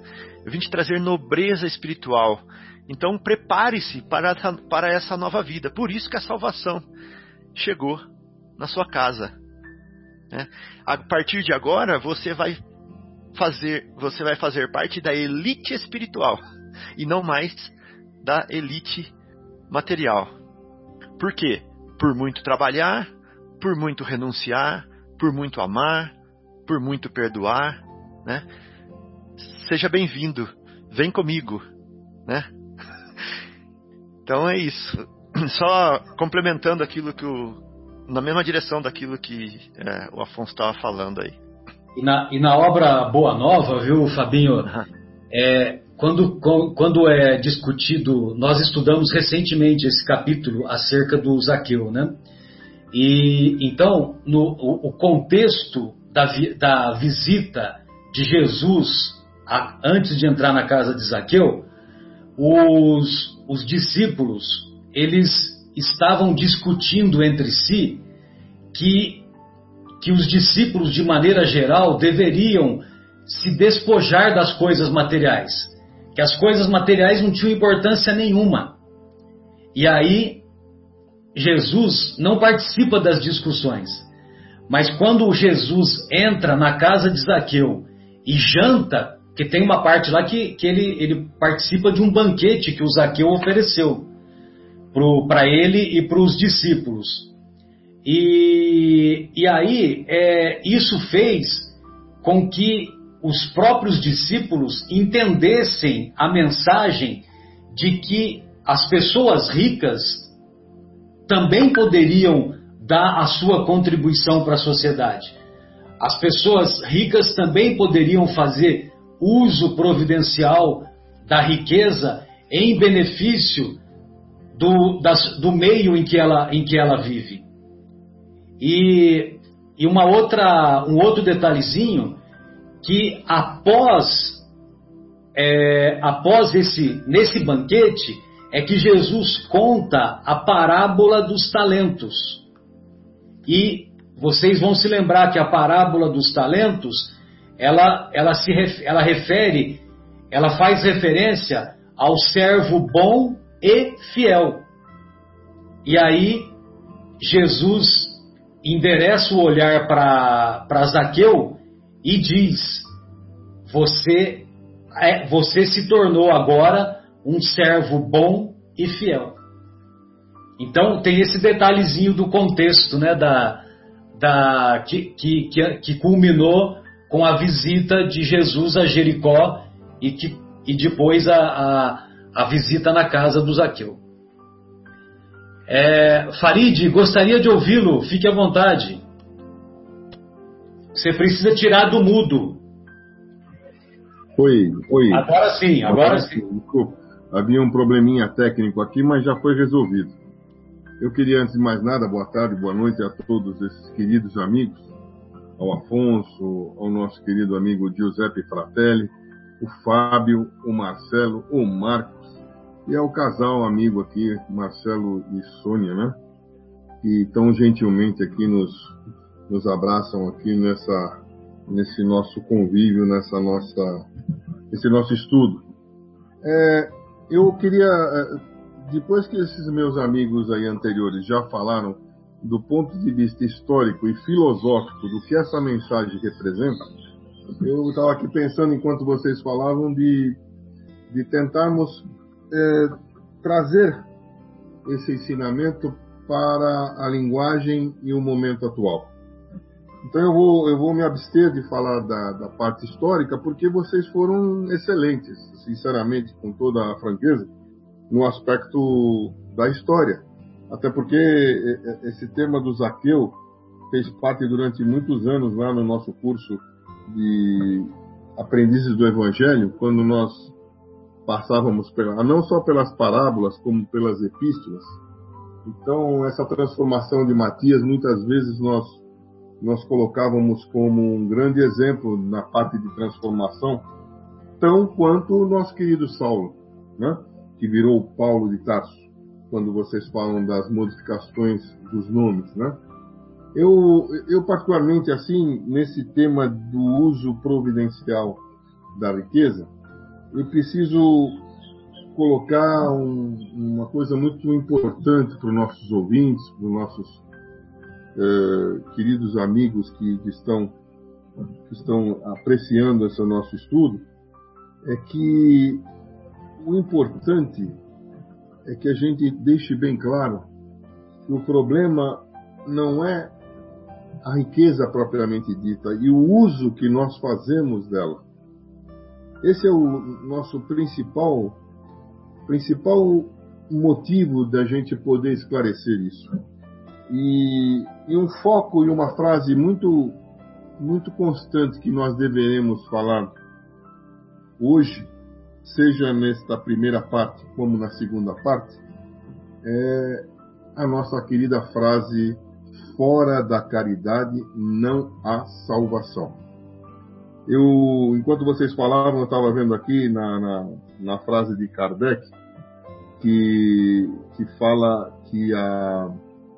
Eu vim te trazer nobreza espiritual. Então prepare-se para, para essa nova vida. Por isso que a salvação chegou na sua casa. Né? A partir de agora, você vai fazer, você vai fazer parte da elite espiritual e não mais da elite material. Por quê? Por muito trabalhar, por muito renunciar, por muito amar, por muito perdoar, né? Seja bem-vindo, vem comigo, né? Então é isso. Só complementando aquilo que o, na mesma direção daquilo que é, o Afonso estava falando aí. E na, e na obra Boa Nova, viu, Fabinho? É, quando, quando é discutido, nós estudamos recentemente esse capítulo acerca do Zaqueu, né? E então, no, o, o contexto da, vi, da visita de Jesus a, antes de entrar na casa de Zaqueu, os, os discípulos, eles estavam discutindo entre si que, que os discípulos, de maneira geral, deveriam se despojar das coisas materiais, que as coisas materiais não tinham importância nenhuma. E aí, Jesus não participa das discussões, mas quando Jesus entra na casa de Zaqueu e janta, que tem uma parte lá que, que ele, ele participa de um banquete que o Zaqueu ofereceu para ele e para os discípulos. E, e aí, é, isso fez com que os próprios discípulos entendessem a mensagem de que as pessoas ricas também poderiam dar a sua contribuição para a sociedade. As pessoas ricas também poderiam fazer uso providencial da riqueza em benefício do, das, do meio em que ela, em que ela vive. E, e uma outra, um outro detalhezinho, que após, é, após esse, nesse banquete, é que Jesus conta a parábola dos talentos. E vocês vão se lembrar que a parábola dos talentos, ela, ela, se, ela refere, ela faz referência ao servo bom e fiel. E aí, Jesus endereça o olhar para Zaqueu e diz: você, é, você se tornou agora um servo bom e fiel. Então tem esse detalhezinho do contexto, né, da, da, que, que, que culminou com a visita de Jesus a Jericó e, que, e depois a, a, a visita na casa do Zaqueu. É, Farid, gostaria de ouvi-lo, fique à vontade. Você precisa tirar do mudo. Oi, oi. Agora sim, agora, agora sim. Desculpa, havia um probleminha técnico aqui, mas já foi resolvido. Eu queria, antes de mais nada, boa tarde, boa noite a todos esses queridos amigos, ao Afonso, ao nosso querido amigo Giuseppe Fratelli, o Fábio, o Marcelo, o Marcos, e ao casal amigo aqui, Marcelo e Sônia, né? Que tão gentilmente aqui nos, nos abraçam aqui nessa, nesse nosso convívio, nessa nossa, nesse nosso estudo. É, eu queria, depois que esses meus amigos aí anteriores já falaram do ponto de vista histórico e filosófico do que essa mensagem representa, eu estava aqui pensando, enquanto vocês falavam, de, de tentarmos é, trazer esse ensinamento para a linguagem e o momento atual. Então eu vou, eu vou me abster de falar da, da parte histórica, porque vocês foram excelentes, sinceramente, com toda a franqueza, no aspecto da história. Até porque esse tema do Zaqueu fez parte durante muitos anos lá no nosso curso de Aprendizes do Evangelho, quando nós passávamos pela, não só pelas parábolas, como pelas epístolas. Então, essa transformação de Matias, muitas vezes nós, nós colocávamos como um grande exemplo na parte de transformação, tão quanto o nosso querido Saulo, né? Que virou Paulo de Tarso, quando vocês falam das modificações dos nomes, né? Eu, eu particularmente, assim, nesse tema do uso providencial da riqueza, eu preciso colocar um, uma coisa muito importante para os nossos ouvintes, para os nossos eh, queridos amigos que, que, estão, que estão apreciando esse nosso estudo, é que o importante é que a gente deixe bem claro que o problema não é a riqueza propriamente dita e o uso que nós fazemos dela. Esse é o nosso principal, principal motivo da gente poder esclarecer isso. E, e um foco e uma frase muito, muito constante que nós deveremos falar hoje, seja nesta primeira parte como na segunda parte, é a nossa querida frase: fora da caridade não há salvação. Eu, enquanto vocês falavam, eu estava vendo aqui na, na, na frase de Kardec que, que fala que a,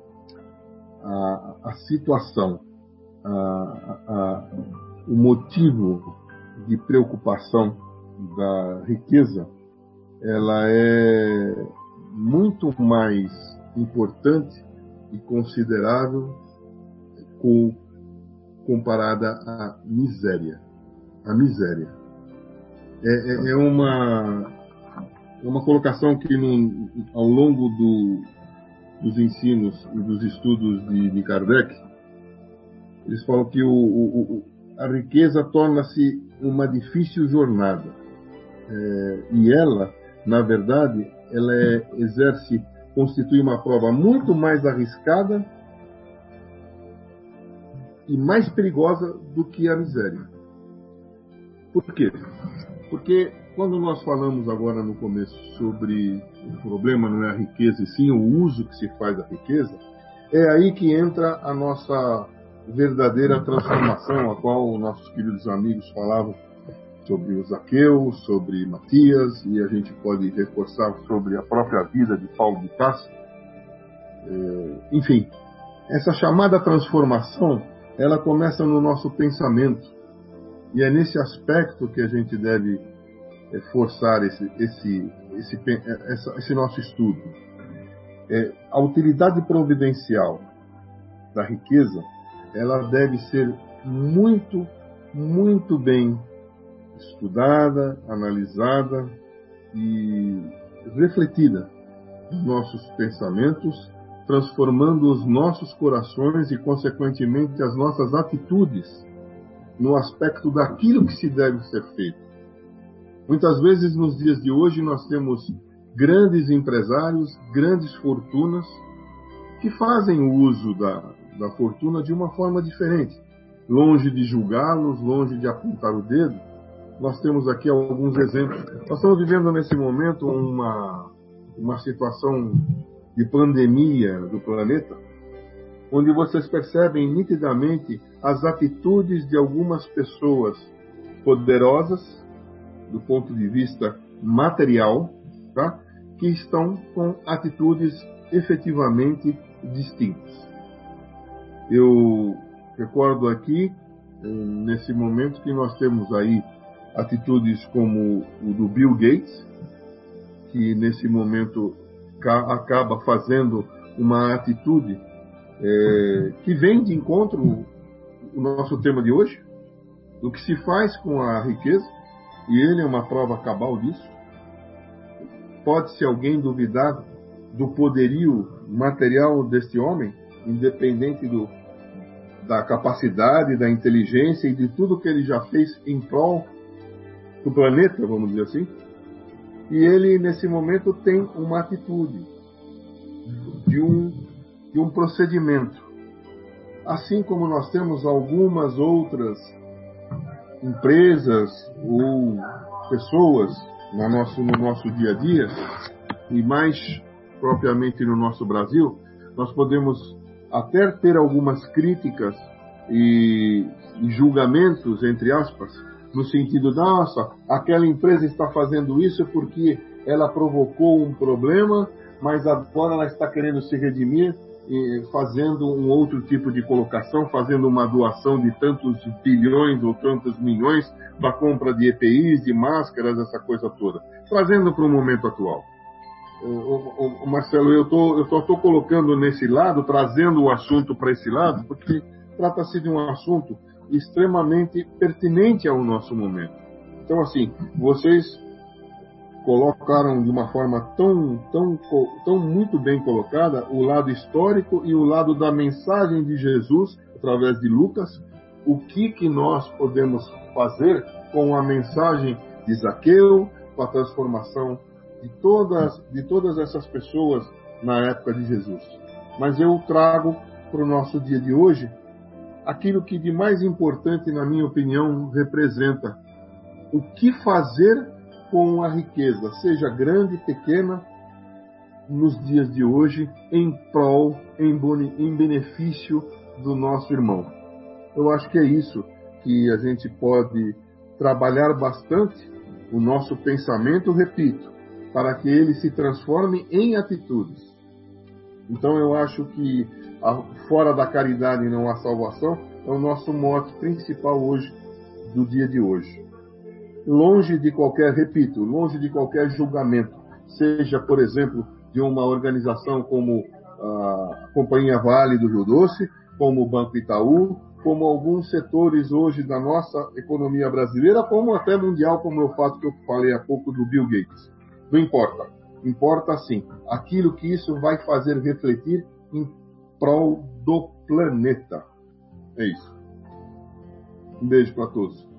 a, a situação, a, a, o motivo de preocupação da riqueza, ela é muito mais importante e considerável com, comparada à miséria. A miséria. É, é, é, uma, é uma colocação que no, ao longo do, dos ensinos e dos estudos de, de Kardec, eles falam que o, o, a riqueza torna-se uma difícil jornada. É, e ela, na verdade, ela é, exerce, constitui uma prova muito mais arriscada e mais perigosa do que a miséria. Por quê? Porque quando nós falamos agora no começo sobre o problema não é a riqueza, e sim o uso que se faz da riqueza, é aí que entra a nossa verdadeira transformação, a qual nossos queridos amigos falavam sobre o Zaqueu, sobre Matias, e a gente pode reforçar sobre a própria vida de Paulo de Tarso. É, enfim, essa chamada transformação, ela começa no nosso pensamento. E é nesse aspecto que a gente deve é, forçar esse, esse, esse, esse, esse nosso estudo. É, a utilidade providencial da riqueza, ela deve ser muito, muito bem estudada, analisada e refletida nos nossos pensamentos, transformando os nossos corações e, consequentemente, as nossas atitudes no aspecto daquilo que se deve ser feito. Muitas vezes, nos dias de hoje, nós temos grandes empresários, grandes fortunas, que fazem o uso da, da fortuna de uma forma diferente. Longe de julgá-los, longe de apontar o dedo, nós temos aqui alguns exemplos. Nós estamos vivendo, nesse momento, uma, uma situação de pandemia do planeta, onde vocês percebem nitidamente as atitudes de algumas pessoas poderosas, do ponto de vista material, tá? Que estão com atitudes efetivamente distintas. Eu recordo aqui, nesse momento, que nós temos aí atitudes como o do Bill Gates, que nesse momento acaba fazendo uma atitude É, que vem de encontro o nosso tema de hoje, do que se faz com a riqueza, e ele é uma prova cabal disso. Pode-se alguém duvidar do poderio material deste homem, independente do, da capacidade, da inteligência e de tudo que ele já fez em prol do planeta, vamos dizer assim? E ele, nesse momento, tem uma atitude de um de um procedimento. Assim como nós temos algumas outras empresas ou pessoas no nosso, no nosso dia a dia, e mais propriamente no nosso Brasil, nós podemos até ter algumas críticas e, e julgamentos, entre aspas, no sentido, nossa, aquela empresa está fazendo isso porque ela provocou um problema, mas agora ela está querendo se redimir. fazendo um outro tipo de colocação, fazendo uma doação de tantos bilhões ou tantos milhões para a compra de E P Is, de máscaras, essa coisa toda, trazendo para o momento atual. O, o, o Marcelo, eu tô, eu só estou colocando nesse lado, trazendo o assunto para esse lado, porque trata-se de um assunto extremamente pertinente ao nosso momento. Então, assim, vocês colocaram de uma forma tão, tão, tão muito bem colocada o lado histórico e o lado da mensagem de Jesus, através de Lucas, o que, que nós podemos fazer com a mensagem de Zaqueu, com a transformação de todas, de todas essas pessoas na época de Jesus. Mas eu trago para o nosso dia de hoje aquilo que de mais importante, na minha opinião, representa o que fazer com a riqueza, seja grande, pequena, nos dias de hoje, em prol, em, boni, em benefício do nosso irmão. Eu acho que é isso que a gente pode trabalhar bastante, o nosso pensamento, repito, para que ele se transforme em atitudes. Então eu acho que a, fora da caridade não há salvação, é o nosso mote principal hoje, do dia de hoje. Longe de qualquer, repito, longe de qualquer julgamento, seja, por exemplo, de uma organização como a Companhia Vale do Rio Doce, como o Banco Itaú, como alguns setores hoje da nossa economia brasileira, como até mundial, como o fato que eu falei há pouco do Bill Gates. Não importa. Importa, sim, aquilo que isso vai fazer refletir em prol do planeta. É isso. Um beijo para todos.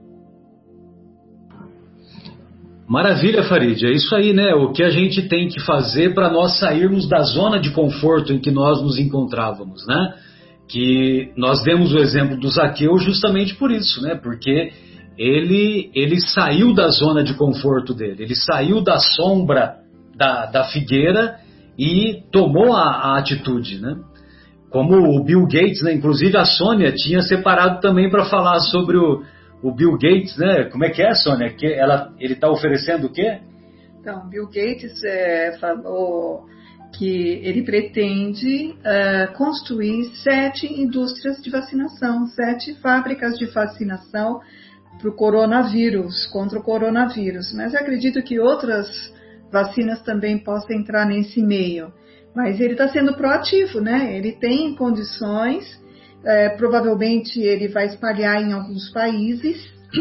Maravilha, Farid. É isso aí, né? O que a gente tem que fazer para nós sairmos da zona de conforto em que nós nos encontrávamos, né? Que nós demos o exemplo do Zaqueu justamente por isso, né? Porque ele, ele saiu da zona de conforto dele, ele saiu da sombra da, da figueira e tomou a, a atitude, né? Como o Bill Gates, né? Inclusive a Sônia tinha separado também para falar sobre o O Bill Gates, né? Como é que é, Sônia? Que ela, ele está oferecendo o quê? Então, Bill Gates é, falou que ele pretende uh, construir sete indústrias de vacinação, sete fábricas de vacinação para o coronavírus, contra o coronavírus. Mas eu acredito que outras vacinas também possam entrar nesse meio. Mas ele está sendo proativo, né? Ele tem condições. É, provavelmente ele vai espalhar em alguns países.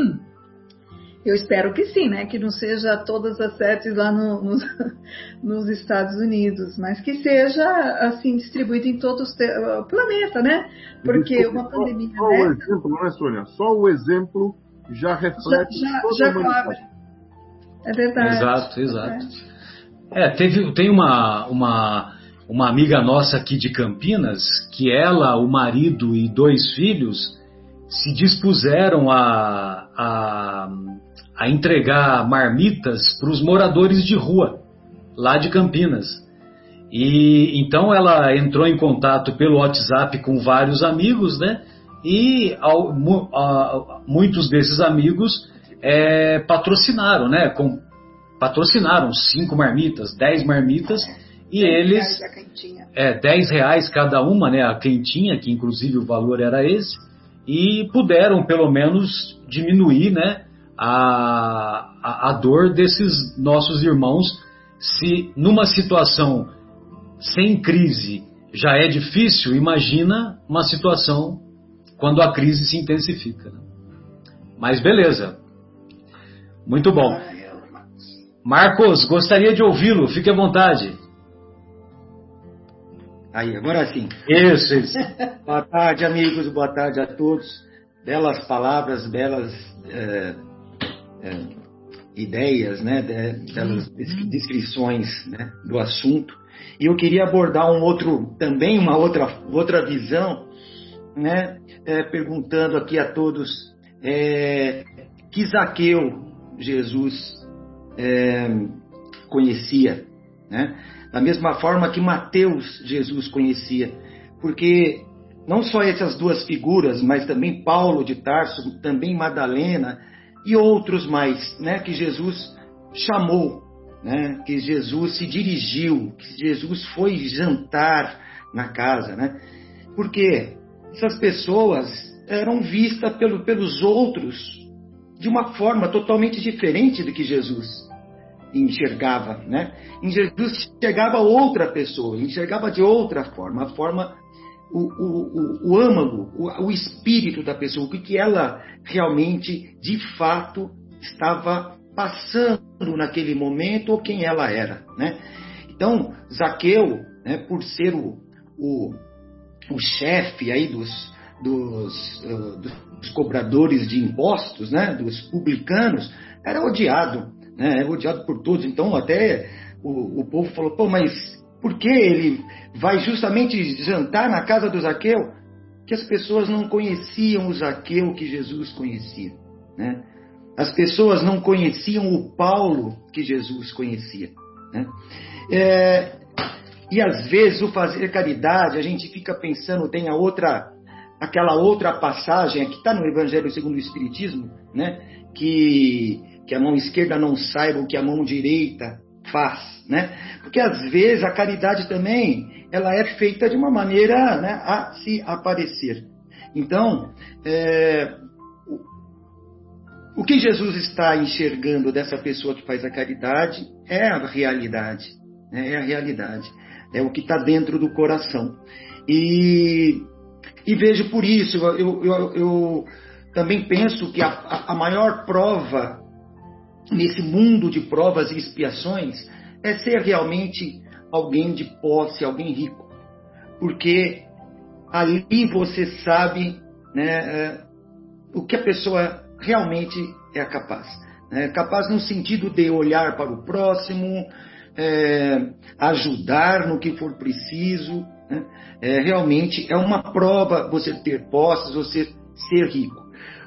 Eu espero que sim, né? Que não seja todas as sete lá no, nos, nos Estados Unidos, mas que seja assim distribuído em todo o planeta, né? Porque Desculpa, uma pandemia só, só dessa... o exemplo, não é, Sônia? Só o exemplo já reflete já, já, toda já a humanidade. É verdade. Exato, exato. É, teve, tem uma... uma... Uma amiga nossa aqui de Campinas, que ela, o marido e dois filhos se dispuseram a, a, a entregar marmitas para os moradores de rua, lá de Campinas. E então ela entrou em contato pelo WhatsApp com vários amigos, né? E ao, a, muitos desses amigos é, patrocinaram, né? Com, patrocinaram cinco marmitas, dez marmitas. E eles, é, dez reais cada uma, né, a quentinha, que inclusive o valor era esse, e puderam pelo menos diminuir, né, a, a, a dor desses nossos irmãos. Se numa situação sem crise já é difícil, imagina uma situação quando a crise se intensifica. Né? Mas beleza, muito bom. Marcos, gostaria de ouvi-lo, fique à vontade. Aí, agora sim. Isso, isso. Boa tarde, amigos, boa tarde a todos. Belas palavras, belas é, é, ideias, né, belas descrições, né, do assunto. E eu queria abordar um outro, também uma outra, outra visão, né, é, perguntando aqui a todos é, que Zaqueu Jesus é, conhecia, né? Da mesma forma que Mateus Jesus conhecia, porque não só essas duas figuras, mas também Paulo de Tarso, também Madalena e outros mais, né, que Jesus chamou, né, que Jesus se dirigiu, que Jesus foi jantar, na casa, né? Porque essas pessoas eram vistas pelo, pelos outros de uma forma totalmente diferente do que Jesus enxergava, né? Em Jesus enxergava outra pessoa, enxergava de outra forma, a forma, o, o, o, o âmago, o, o espírito da pessoa, o que ela realmente, de fato, estava passando naquele momento ou quem ela era, né? Então, Zaqueu, né, por ser o, o, o chefe aí dos, dos, uh, dos cobradores de impostos, né, dos publicanos, era odiado, né, era odiado por todos. Então, até o, o povo falou, pô, mas por que ele vai justamente jantar na casa do Zaqueu? Que as pessoas não conheciam o Zaqueu que Jesus conhecia, né? As pessoas não conheciam o Paulo que Jesus conhecia, né? É, e às vezes o fazer caridade, a gente fica pensando, tem a outra, aquela outra passagem que está no Evangelho segundo o Espiritismo, né? Que, que a mão esquerda não saiba o que a mão direita faz, né? Porque às vezes a caridade também ela é feita de uma maneira, né, a se aparecer. Então, é, o, o que Jesus está enxergando dessa pessoa que faz a caridade é a realidade, né? É a realidade, é o que está dentro do coração. E, e vejo por isso, eu, eu, eu também penso que a, a maior prova nesse mundo de provas e expiações é ser realmente alguém de posse, alguém rico. Porque ali você sabe, né, é, o que a pessoa realmente é capaz. É capaz no sentido de olhar para o próximo, é, ajudar no que for preciso. Né? É, realmente é uma prova você ter posses, você ser rico.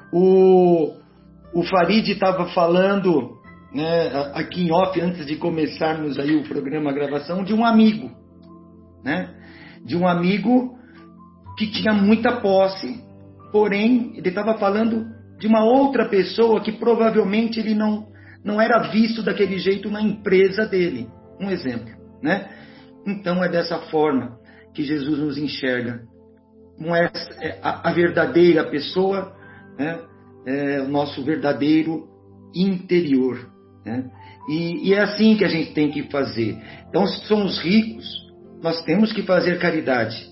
O, o Farid estava falando, né, aqui em off, antes de começarmos aí o programa, a gravação, de um amigo, né? De um amigo que tinha muita posse, porém, ele estava falando de uma outra pessoa que provavelmente ele não, não era visto daquele jeito na empresa dele. Um exemplo, né? Então é dessa forma que Jesus nos enxerga. Não é a, a verdadeira pessoa, né? É o nosso verdadeiro interior, né? E, e é assim que a gente tem que fazer. Então, se somos ricos, nós temos que fazer caridade,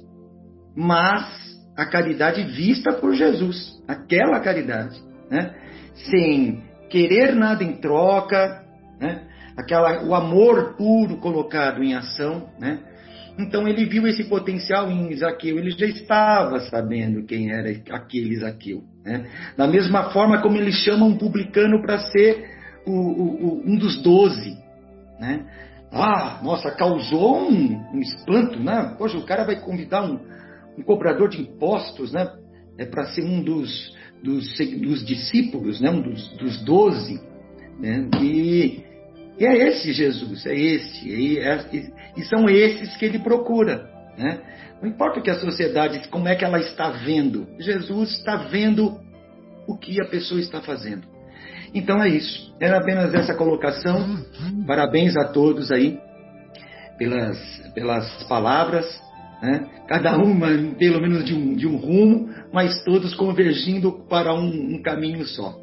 mas a caridade vista por Jesus, aquela caridade, né? Sem querer nada em troca, né? Aquela, o amor puro colocado em ação, né? Então ele viu esse potencial em Zaqueu, ele já estava sabendo quem era aquele Zaqueu, né? Da mesma forma como ele chama um publicano para ser o, o, o, um dos doze, né? Ah, nossa, causou um, um espanto, né? Poxa, o cara vai convidar um, um cobrador de impostos, né? É para ser um dos, dos, dos discípulos, né? Um dos, dos doze, né? E, e é esse Jesus, é esse, e, é, e são esses que ele procura, né? Não importa o que a sociedade, como é que ela está vendo, Jesus está vendo o que a pessoa está fazendo. Então é isso, era apenas essa colocação. Parabéns a todos aí pelas, pelas palavras, né? Cada uma pelo menos de um, de um rumo, mas todos convergindo para um, um caminho só.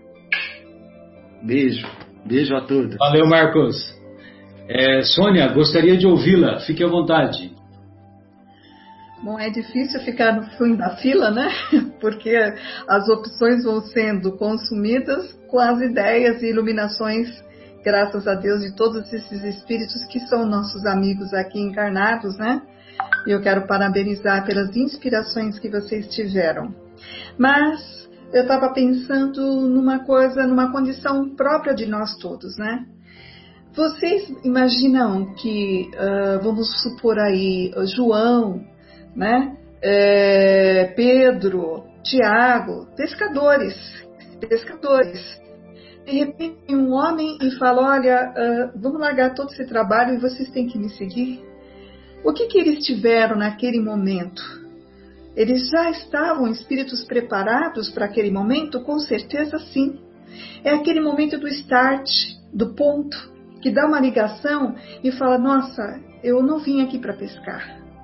Beijo, beijo a todos. Valeu, Marcos. É, Sônia, gostaria de ouvi-la, fique à vontade. Bom, é difícil ficar no fim da fila, né? Porque as opções vão sendo consumidas com as ideias e iluminações, graças a Deus, de todos esses espíritos que são nossos amigos aqui encarnados, né? E eu quero parabenizar pelas inspirações que vocês tiveram. Mas eu estava pensando numa coisa, numa condição própria de nós todos, né? Vocês imaginam que, uh, vamos supor aí, João, né? É, Pedro, Tiago, pescadores, pescadores. De repente, um homem e fala, olha, uh, vamos largar todo esse trabalho e vocês têm que me seguir. O que que eles tiveram naquele momento? Eles já estavam espíritos preparados para aquele momento? Com certeza sim. É aquele momento do start, do ponto, que dá uma ligação e fala, nossa, eu não vim aqui para pescar.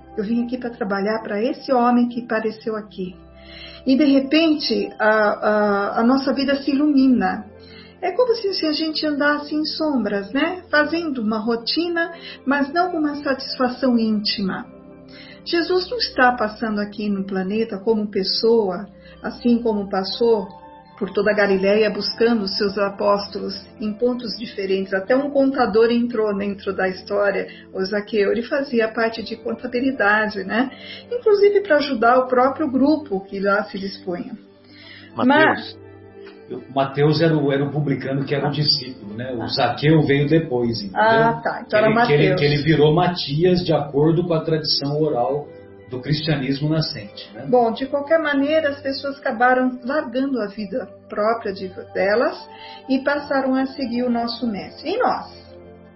Eu vim aqui para trabalhar para esse homem que apareceu aqui. E de repente a, a, a nossa vida se ilumina. É como se a gente andasse em sombras, né? Fazendo uma rotina, mas não com uma satisfação íntima. Jesus não está passando aqui no planeta como pessoa, assim como passou por toda a Galileia buscando os seus apóstolos em pontos diferentes. Até um contador entrou dentro da história, o Zaqueu. Ele fazia parte de contabilidade, né? Inclusive para ajudar o próprio grupo que lá se dispunha. Mateus. Mas, Mateus era o, era o publicano que era o discípulo, né? O Zaqueu veio depois, entendeu? Ah, tá. Então que era ele, Mateus. Que ele, que ele virou Matias de acordo com a tradição oral do cristianismo nascente, né? Bom, de qualquer maneira, as pessoas acabaram largando a vida própria de, delas e passaram a seguir o nosso mestre. E nós?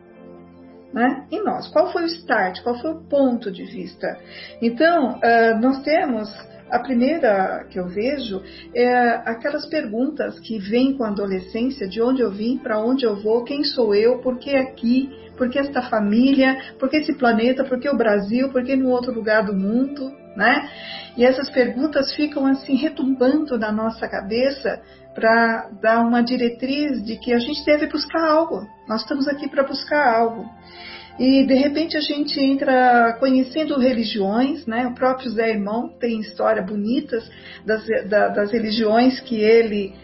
Né? E nós? Qual foi o start? Qual foi o ponto de vista? Então, uh, nós temos... A primeira que eu vejo é aquelas perguntas que vêm com a adolescência, de onde eu vim, para onde eu vou, quem sou eu, por que aqui, por que esta família, por que esse planeta, por que o Brasil, por que no outro lugar do mundo, né? E essas perguntas ficam assim retumbando na nossa cabeça para dar uma diretriz de que a gente deve buscar algo. Nós estamos aqui para buscar algo. E de repente a gente entra conhecendo religiões, né? O próprio Zé Irmão tem histórias bonitas das, da, das religiões que ele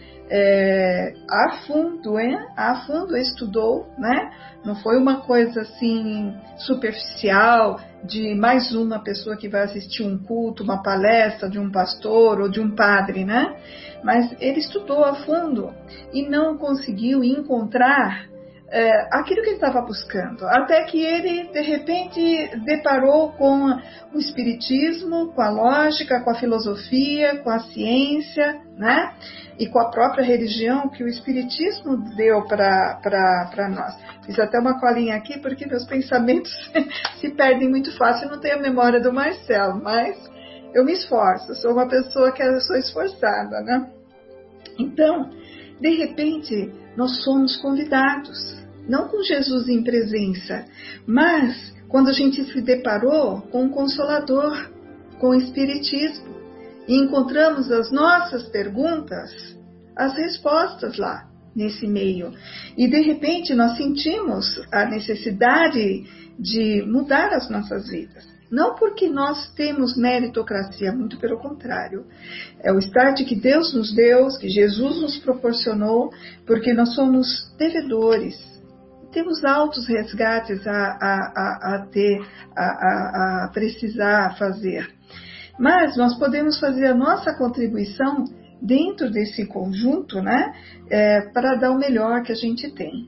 é, a fundo, hein? a fundo estudou, né? Não foi uma coisa assim superficial de mais uma pessoa que vai assistir um culto, uma palestra de um pastor ou de um padre, né? Mas ele estudou a fundo e não conseguiu encontrar É, aquilo que ele estava buscando, até que ele de repente deparou com o espiritismo, com a lógica, com a filosofia, com a ciência, né? E com a própria religião que o espiritismo deu para nós. Fiz até uma colinha aqui porque meus pensamentos se perdem muito fácil, eu não tenho a memória do Marcelo, mas eu me esforço, sou uma pessoa que eu sou esforçada, né? Então, de repente, nós somos convidados, não com Jesus em presença, mas quando a gente se deparou com o Consolador, com o Espiritismo, e encontramos as nossas perguntas, as respostas lá, nesse meio. E de repente nós sentimos a necessidade de mudar as nossas vidas. Não porque nós temos meritocracia, muito pelo contrário. É o start que Deus nos deu, que Jesus nos proporcionou, porque nós somos devedores. Temos altos resgates a, a, a, a ter, a, a, a precisar fazer. Mas nós podemos fazer a nossa contribuição dentro desse conjunto, né, é, para dar o melhor que a gente tem.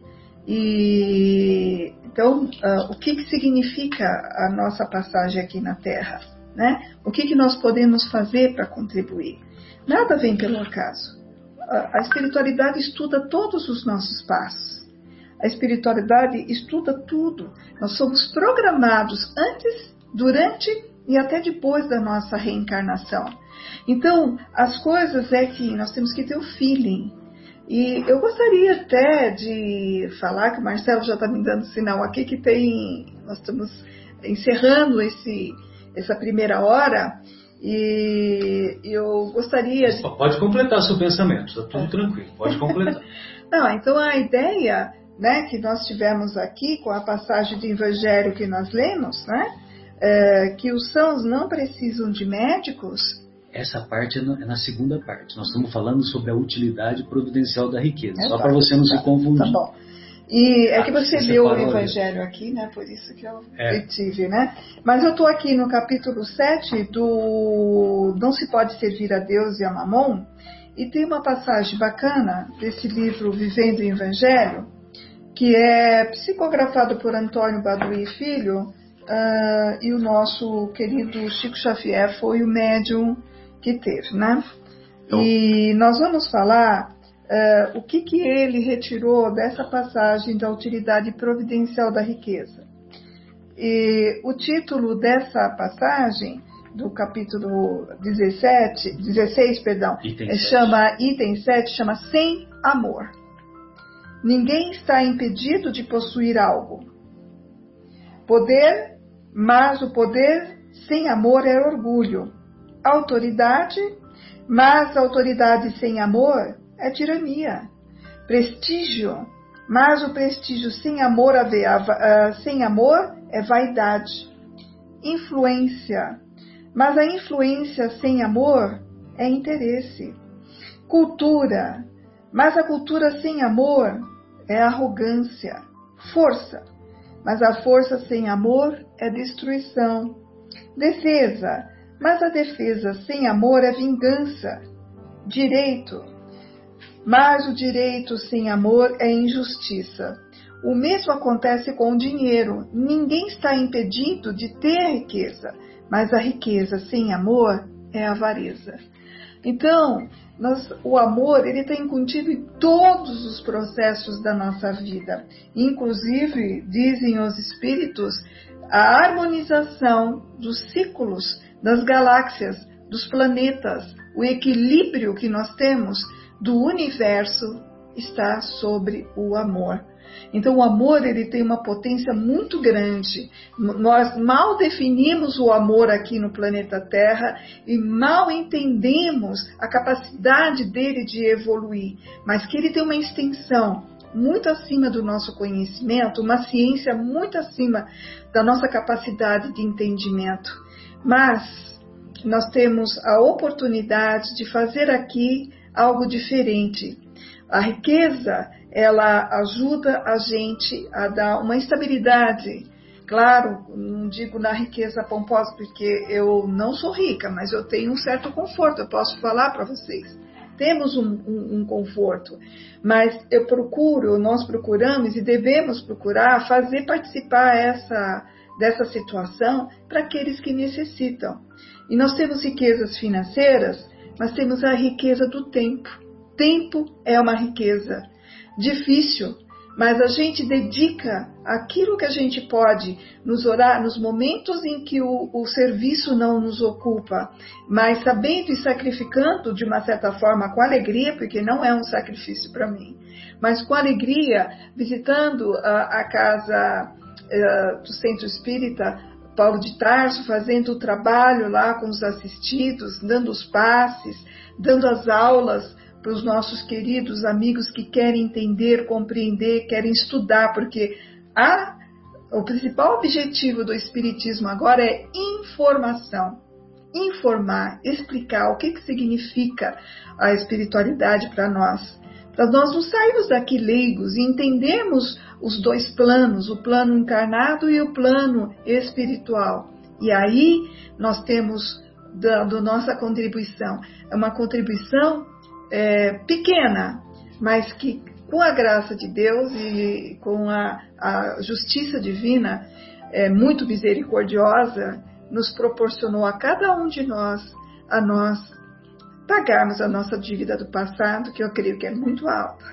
E, então, uh, o que, que significa a nossa passagem aqui na Terra? Né? O que, que nós podemos fazer para contribuir? Nada vem pelo acaso. A, a espiritualidade estuda todos os nossos passos. A espiritualidade estuda tudo. Nós somos programados antes, durante e até depois da nossa reencarnação. Então, as coisas é que nós temos que ter o feeling. E eu gostaria até de falar, que o Marcelo já está me dando sinal aqui, que tem, nós estamos encerrando esse, essa primeira hora, e eu gostaria... De... Pode completar seu pensamento, está tudo tranquilo, pode completar. Não, então a ideia, né, que nós tivemos aqui, com a passagem do Evangelho que nós lemos, né, é, que os sãos não precisam de médicos. Essa parte é na segunda parte. Nós estamos falando sobre a utilidade providencial da riqueza. É, só tá, para você não tá, se confundir. Tá bom. E é que você ah, leu você o Evangelho aí aqui, né? Por isso que eu é. tive, né? Mas eu estou aqui no capítulo sete do Não se pode servir a Deus e a Mamon. E tem uma passagem bacana desse livro Vivendo o Evangelho, que é psicografado por Antônio Baduí Filho, uh, e o nosso querido Chico Xavier foi o médium que teve, né? Então, e nós vamos falar uh, o que, que ele retirou dessa passagem da utilidade providencial da riqueza. E o título dessa passagem, do capítulo dezessete, dezesseis, perdão, item chama, sete. Item sete, chama Sem Amor. Ninguém está impedido de possuir algo. Poder, mas o poder sem amor é orgulho. Autoridade, mas autoridade sem amor é tirania. Prestígio, mas o prestígio sem amor, sem amor é vaidade. Influência, mas a influência sem amor é interesse. Cultura, mas a cultura sem amor é arrogância. Força, mas a força sem amor é destruição. Defesa, mas a defesa sem amor é vingança. Direito, mas o direito sem amor é injustiça. O mesmo acontece com o dinheiro. Ninguém está impedido de ter riqueza, mas a riqueza sem amor é avareza. Então, nós, o amor ele está incontido em todos os processos da nossa vida. Inclusive, dizem os espíritos, a harmonização dos ciclos das galáxias, dos planetas, o equilíbrio que nós temos do universo está sobre o amor. Então, o amor ele tem uma potência muito grande. Nós mal definimos o amor aqui no planeta Terra e mal entendemos a capacidade dele de evoluir, mas que ele tem uma extensão muito acima do nosso conhecimento, uma ciência muito acima da nossa capacidade de entendimento. Mas nós temos a oportunidade de fazer aqui algo diferente. A riqueza, ela ajuda a gente a dar uma estabilidade. Claro, não digo na riqueza pomposa, porque eu não sou rica, mas eu tenho um certo conforto, eu posso falar para vocês. Temos um, um, um conforto, mas eu procuro, nós procuramos e devemos procurar fazer participar essa, dessa situação para aqueles que necessitam. E nós temos riquezas financeiras, mas temos a riqueza do tempo. Tempo é uma riqueza difícil, mas a gente dedica aquilo que a gente pode nos orar, nos momentos em que o, o serviço não nos ocupa, mas sabendo e sacrificando de uma certa forma com alegria, porque não é um sacrifício para mim, mas com alegria, visitando a, a casa uh, do Centro Espírita Paulo de Tarso, fazendo o trabalho lá com os assistidos, dando os passes, dando as aulas para os nossos queridos amigos que querem entender, compreender, querem estudar, porque a, o principal objetivo do Espiritismo agora é informação. Informar, explicar o que, que significa a espiritualidade para nós. Para nós não sairmos daqui leigos e entendermos os dois planos, o plano encarnado e o plano espiritual. E aí nós temos dando nossa contribuição. É uma contribuição É, pequena, mas que com a graça de Deus e com a, a justiça divina é, muito misericordiosa, nos proporcionou a cada um de nós, a nós pagarmos a nossa dívida do passado, que eu creio que é muito alta,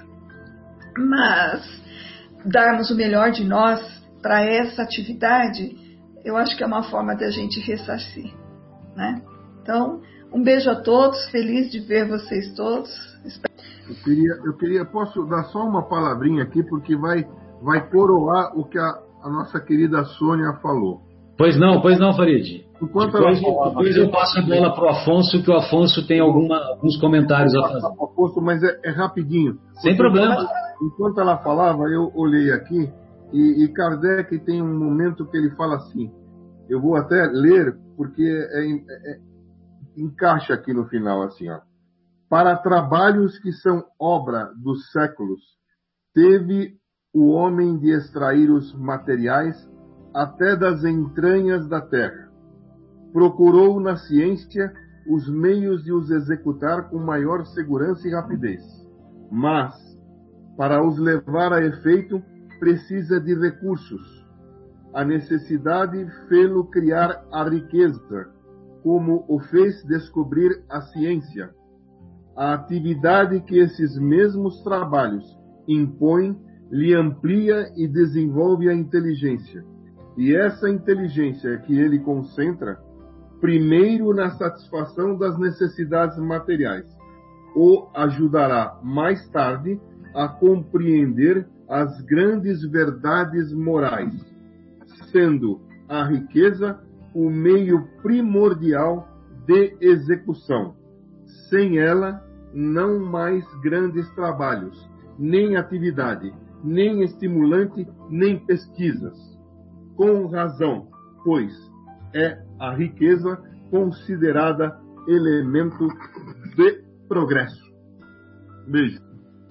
mas darmos o melhor de nós para essa atividade, eu acho que é uma forma da gente ressarcir, né? Então, um beijo a todos, feliz de ver vocês todos. Eu queria, eu queria, posso dar só uma palavrinha aqui, porque vai, vai coroar o que a, a nossa querida Sônia falou. Pois não, pois não, Farid. Enquanto depois, ela falava, depois eu passo a bola para o Afonso, que o Afonso tem alguma, alguns comentários a fazer. Afonso, mas é, é rapidinho. Sem problema. Enquanto ela falava, eu olhei aqui, e, e Kardec tem um momento que ele fala assim, eu vou até ler, porque é, é, é encaixa aqui no final assim, ó. Para trabalhos que são obra dos séculos, teve o homem de extrair os materiais até das entranhas da terra. Procurou na ciência os meios de os executar com maior segurança e rapidez. Mas, para os levar a efeito, precisa de recursos. A necessidade fê-lo criar a riqueza, como o fez descobrir a ciência. A atividade que esses mesmos trabalhos impõem lhe amplia e desenvolve a inteligência. E essa inteligência que ele concentra, primeiro na satisfação das necessidades materiais, o ajudará mais tarde a compreender as grandes verdades morais, sendo a riqueza o meio primordial de execução. Sem ela, não mais grandes trabalhos, nem atividade, nem estimulante, nem pesquisas. Com razão, pois é a riqueza considerada elemento de progresso. Beijo.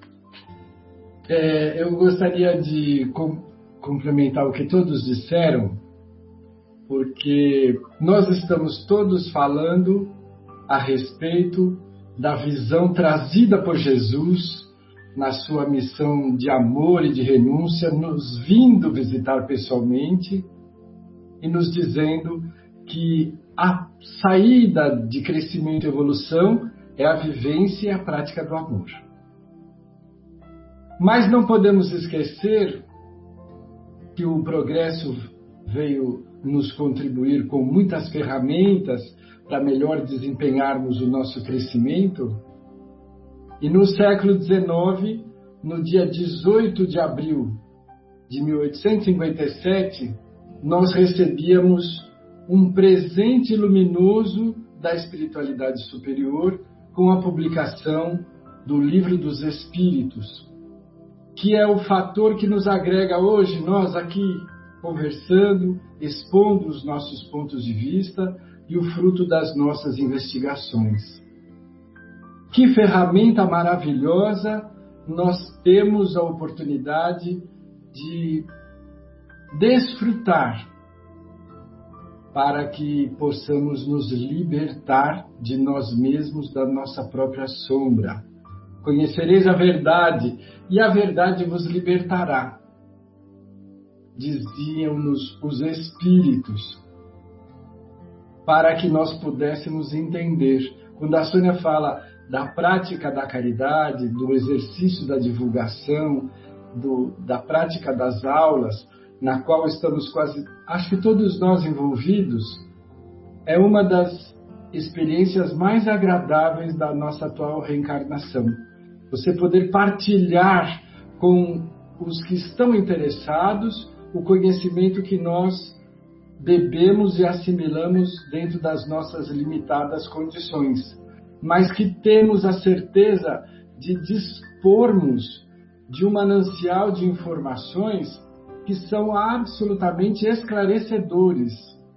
É, eu gostaria de com, complementar o que todos disseram, porque nós estamos todos falando a respeito da visão trazida por Jesus na sua missão de amor e de renúncia, nos vindo visitar pessoalmente e nos dizendo que a saída de crescimento e evolução é a vivência e a prática do amor. Mas não podemos esquecer que o progresso veio nos contribuir com muitas ferramentas para melhor desempenharmos o nosso crescimento. E no século dezenove, no dia dezoito de abril de mil oitocentos e cinquenta e sete, nós recebíamos um presente luminoso da espiritualidade superior com a publicação do Livro dos Espíritos, que é o fator que nos agrega hoje, nós aqui conversando, expondo os nossos pontos de vista e o fruto das nossas investigações. Que ferramenta maravilhosa nós temos a oportunidade de desfrutar para que possamos nos libertar de nós mesmos, da nossa própria sombra. Conhecereis a verdade, e a verdade vos libertará, diziam-nos os Espíritos, para que nós pudéssemos entender. Quando a Sônia fala da prática da caridade, do exercício da divulgação, do, da prática das aulas, na qual estamos quase, acho que todos nós envolvidos, é uma das experiências mais agradáveis da nossa atual reencarnação. Você poder partilhar com os que estão interessados o conhecimento que nós bebemos e assimilamos dentro das nossas limitadas condições, mas que temos a certeza de dispormos de um manancial de informações que são absolutamente esclarecedores.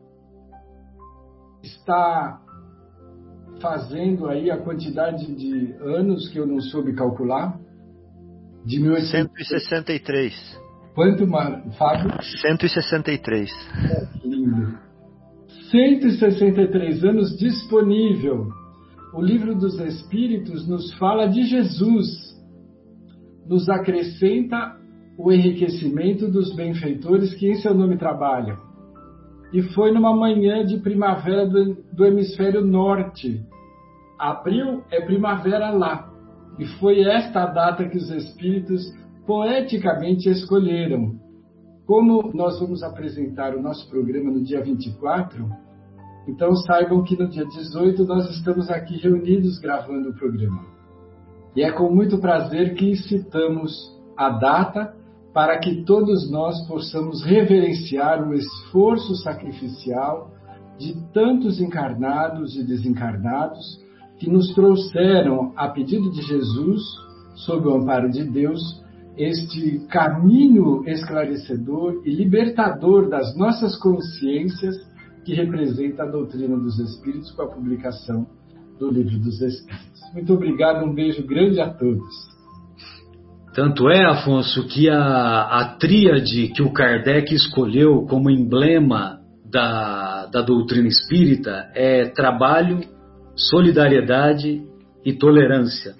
Está fazendo aí a quantidade de anos que eu não soube calcular, de mil e oitocentos... cento e sessenta e três. Quanto, Fábio? cento e sessenta e três. É, lindo. cento e sessenta e três anos disponível. O Livro dos Espíritos nos fala de Jesus, nos acrescenta o enriquecimento dos benfeitores que em seu nome trabalham. E foi numa manhã de primavera do, do hemisfério norte. Abril é primavera lá. E foi esta a data que os Espíritos poeticamente escolheram. Como nós vamos apresentar o nosso programa no dia vinte e quatro, então saibam que no dia dezoito nós estamos aqui reunidos gravando o programa. E é com muito prazer que citamos a data para que todos nós possamos reverenciar o esforço sacrificial de tantos encarnados e desencarnados que nos trouxeram, a pedido de Jesus, sob o amparo de Deus, este caminho esclarecedor e libertador das nossas consciências que representa a doutrina dos Espíritos com a publicação do Livro dos Espíritos. Muito obrigado, um beijo grande a todos. Tanto é, Afonso, que a, a tríade que o Kardec escolheu como emblema da, da doutrina espírita é trabalho, solidariedade e tolerância.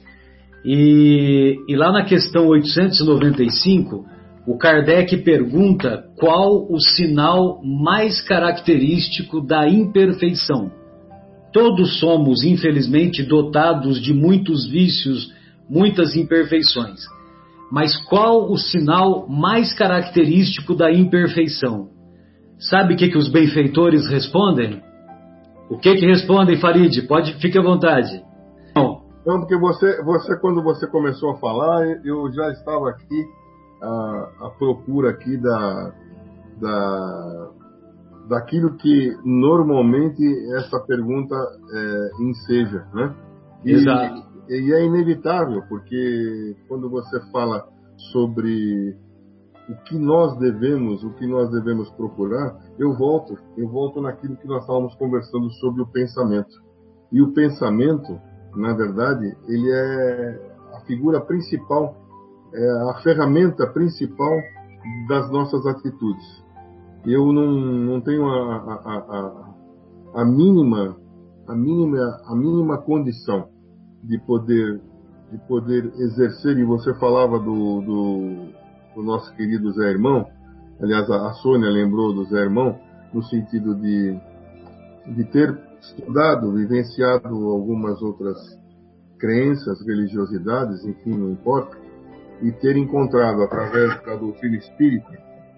E, e lá na questão oitocentos e noventa e cinco, o Kardec pergunta qual o sinal mais característico da imperfeição. Todos somos, infelizmente, dotados de muitos vícios, muitas imperfeições. Mas qual o sinal mais característico da imperfeição? Sabe o que, que os benfeitores respondem? O que que respondem, Farid? Pode, fique à vontade. Não, não porque você, você, quando você começou a falar, eu já estava aqui à, à procura aqui da, da, daquilo que normalmente essa pergunta é, enseja, né? E, Exato. E é inevitável, porque quando você fala sobre o que nós devemos, o que nós devemos procurar, eu volto, eu volto naquilo que nós estávamos conversando sobre o pensamento. E o pensamento, na verdade, ele é a figura principal, é a ferramenta principal das nossas atitudes. Eu não, não tenho a, a, a, a mínima, a mínima, a mínima condição de poder, de poder exercer, e você falava do, do, do nosso querido Zé Irmão, aliás, a Sônia lembrou do Zé Irmão, no sentido de, de ter estudado, vivenciado algumas outras crenças, religiosidades, enfim, não importa, e ter encontrado, através da doutrina espírita,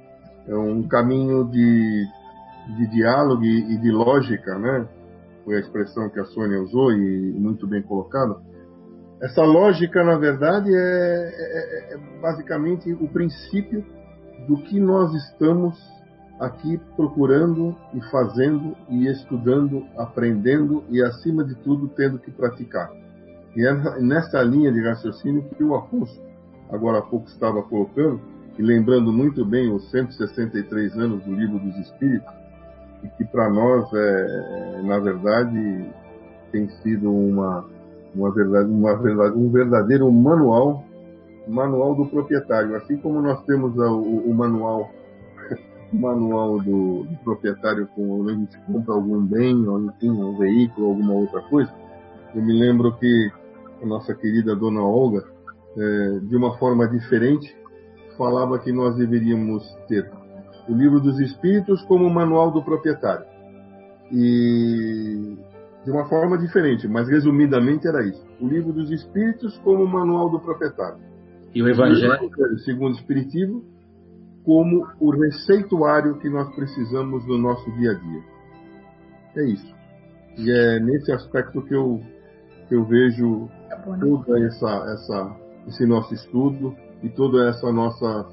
um caminho de, de diálogo e de lógica, né? Foi a expressão que a Sônia usou e muito bem colocado. Essa lógica, na verdade, é, é, é basicamente o princípio do que nós estamos aqui procurando e fazendo e estudando, aprendendo e, acima de tudo, tendo que praticar. E é nessa linha de raciocínio que o Afonso, agora há pouco, estava colocando, e lembrando muito bem os cento e sessenta e três anos do Livro dos Espíritos, e que para nós, é, na verdade, tem sido uma, uma verdade, uma verdade, um verdadeiro manual, manual do proprietário. Assim como nós temos a, o, o manual, o manual do, do proprietário quando a gente compra algum bem, ou enfim, um veículo, alguma outra coisa. Eu me lembro que a nossa querida Dona Olga, é, de uma forma diferente, falava que nós deveríamos ter o Livro dos Espíritos como manual do proprietário. E de uma forma diferente, mas resumidamente era isso. O Livro dos Espíritos como manual do proprietário. E o Evangelho? O segundo Espiritismo como o receituário que nós precisamos no nosso dia a dia. É isso. E é nesse aspecto que eu, que eu vejo toda essa, essa, esse nosso estudo e toda essa nossa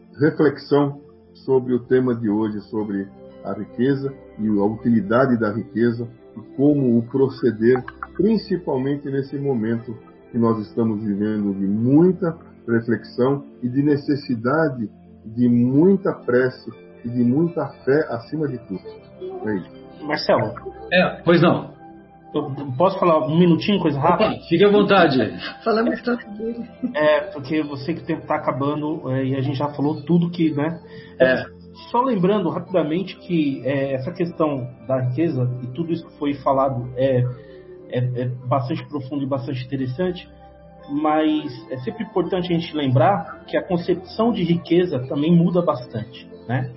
reflexão sobre o tema de hoje, sobre a riqueza e a utilidade da riqueza e como o proceder, principalmente nesse momento que nós estamos vivendo de muita reflexão e de necessidade de muita prece e de muita fé acima de tudo. É isso. Marcelo, é, pois não. Eu posso falar um minutinho, coisa rápida? Opa, fique à vontade. Falamos tanto dele. É, porque eu sei que o tempo está acabando é, e a gente já falou tudo que, né? É. Só lembrando rapidamente que é, essa questão da riqueza e tudo isso que foi falado é, é, é bastante profundo e bastante interessante, mas é sempre importante a gente lembrar que a concepção de riqueza também muda bastante, né?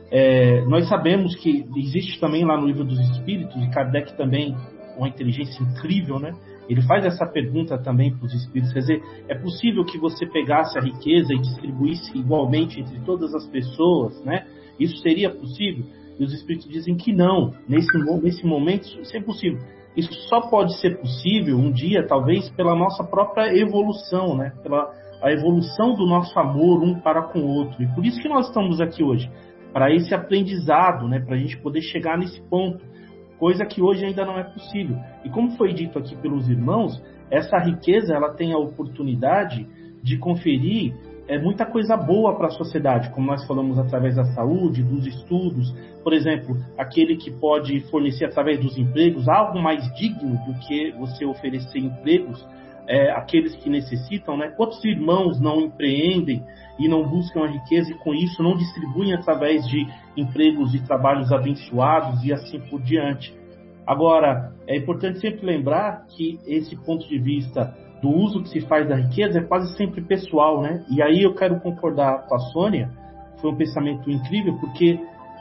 É, nós sabemos que existe também lá no Livro dos Espíritos, e Kardec também, uma inteligência incrível, né? Ele faz essa pergunta também para os espíritos, quer dizer, é possível que você pegasse a riqueza e distribuísse igualmente entre todas as pessoas, né? Isso seria possível? E os espíritos dizem que não, nesse, nesse momento isso é impossível. Isso só pode ser possível um dia, talvez, pela nossa própria evolução, né? Pela a evolução do nosso amor um para com o outro. E por isso que nós estamos aqui hoje, para esse aprendizado, né? Para a gente poder chegar nesse ponto. Coisa que hoje ainda não é possível. E como foi dito aqui pelos irmãos, essa riqueza ela tem a oportunidade de conferir é, muita coisa boa para a sociedade, como nós falamos através da saúde, dos estudos. Por exemplo, aquele que pode fornecer através dos empregos algo mais digno do que você oferecer empregos, é, aqueles que necessitam, né? Quantos irmãos não empreendem e não buscam a riqueza e com isso não distribuem através de empregos e trabalhos abençoados e assim por diante. Agora, é importante sempre lembrar que esse ponto de vista do uso que se faz da riqueza é quase sempre pessoal, né? E aí eu quero concordar com a Sônia, foi um pensamento incrível, porque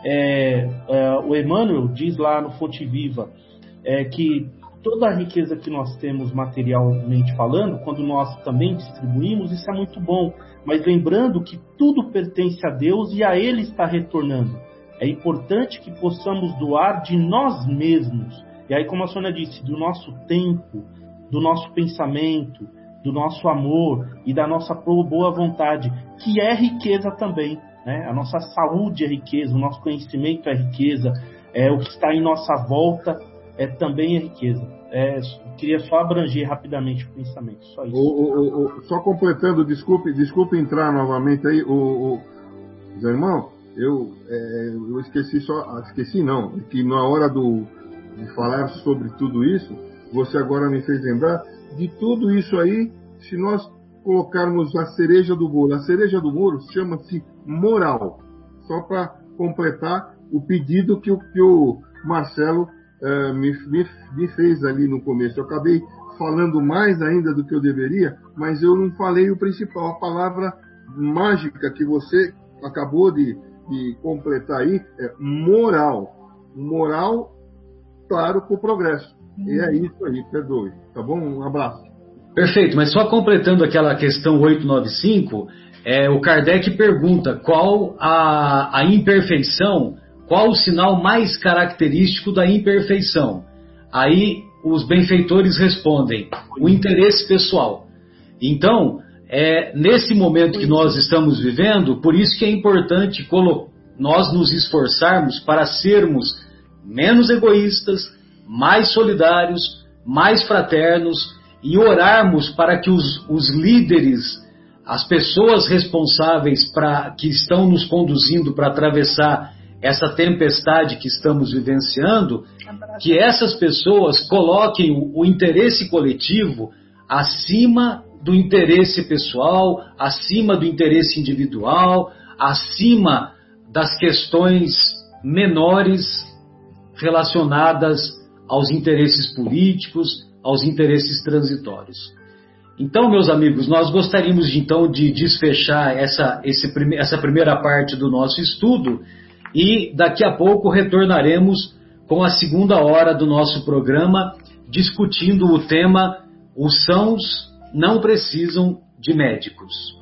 é, é, o Emmanuel diz lá no Fonte Viva é, que toda a riqueza que nós temos materialmente falando, quando nós também distribuímos, isso é muito bom. Mas lembrando que tudo pertence a Deus e a Ele está retornando. É importante que possamos doar de nós mesmos. E aí, como a Sônia disse, do nosso tempo, do nosso pensamento, do nosso amor e da nossa boa vontade, que é riqueza também. né? A nossa saúde é riqueza, o nosso conhecimento é riqueza, é, o que está em nossa volta é, também é riqueza. É, queria só abranger rapidamente o pensamento, só isso. O, o, o, só completando, desculpe, desculpe entrar novamente aí, o, o Zé Irmão, eu, é, eu esqueci só, esqueci não, que na hora do, de falar sobre tudo isso, você agora me fez lembrar de tudo isso aí, se nós colocarmos a cereja do bolo. A cereja do bolo chama-se moral. Só para completar o pedido que o, que o Marcelo uh, me, me, me fez ali no começo. Eu acabei falando mais ainda do que eu deveria, mas eu não falei o principal. A palavra mágica que você acabou de, de completar aí é moral. Moral, claro, com o progresso. E é isso aí, perdoe. Tá bom? Um abraço. Perfeito, mas só completando aquela questão oitocentos e noventa e cinco, é, o Kardec pergunta qual a, a imperfeição, qual o sinal mais característico da imperfeição. Aí os benfeitores respondem, o interesse pessoal. Então, é, nesse momento que nós estamos vivendo, por isso que é importante nós nos esforçarmos para sermos menos egoístas, mais solidários, mais fraternos e orarmos para que os, os líderes, as pessoas responsáveis pra, que estão nos conduzindo para atravessar essa tempestade que estamos vivenciando, que essas pessoas coloquem o, o interesse coletivo acima do interesse pessoal, acima do interesse individual, acima das questões menores relacionadas aos interesses políticos, aos interesses transitórios. Então, meus amigos, nós gostaríamos de, então de desfechar essa, esse, essa primeira parte do nosso estudo e daqui a pouco retornaremos com a segunda hora do nosso programa, discutindo o tema Os sãos não precisam de médicos.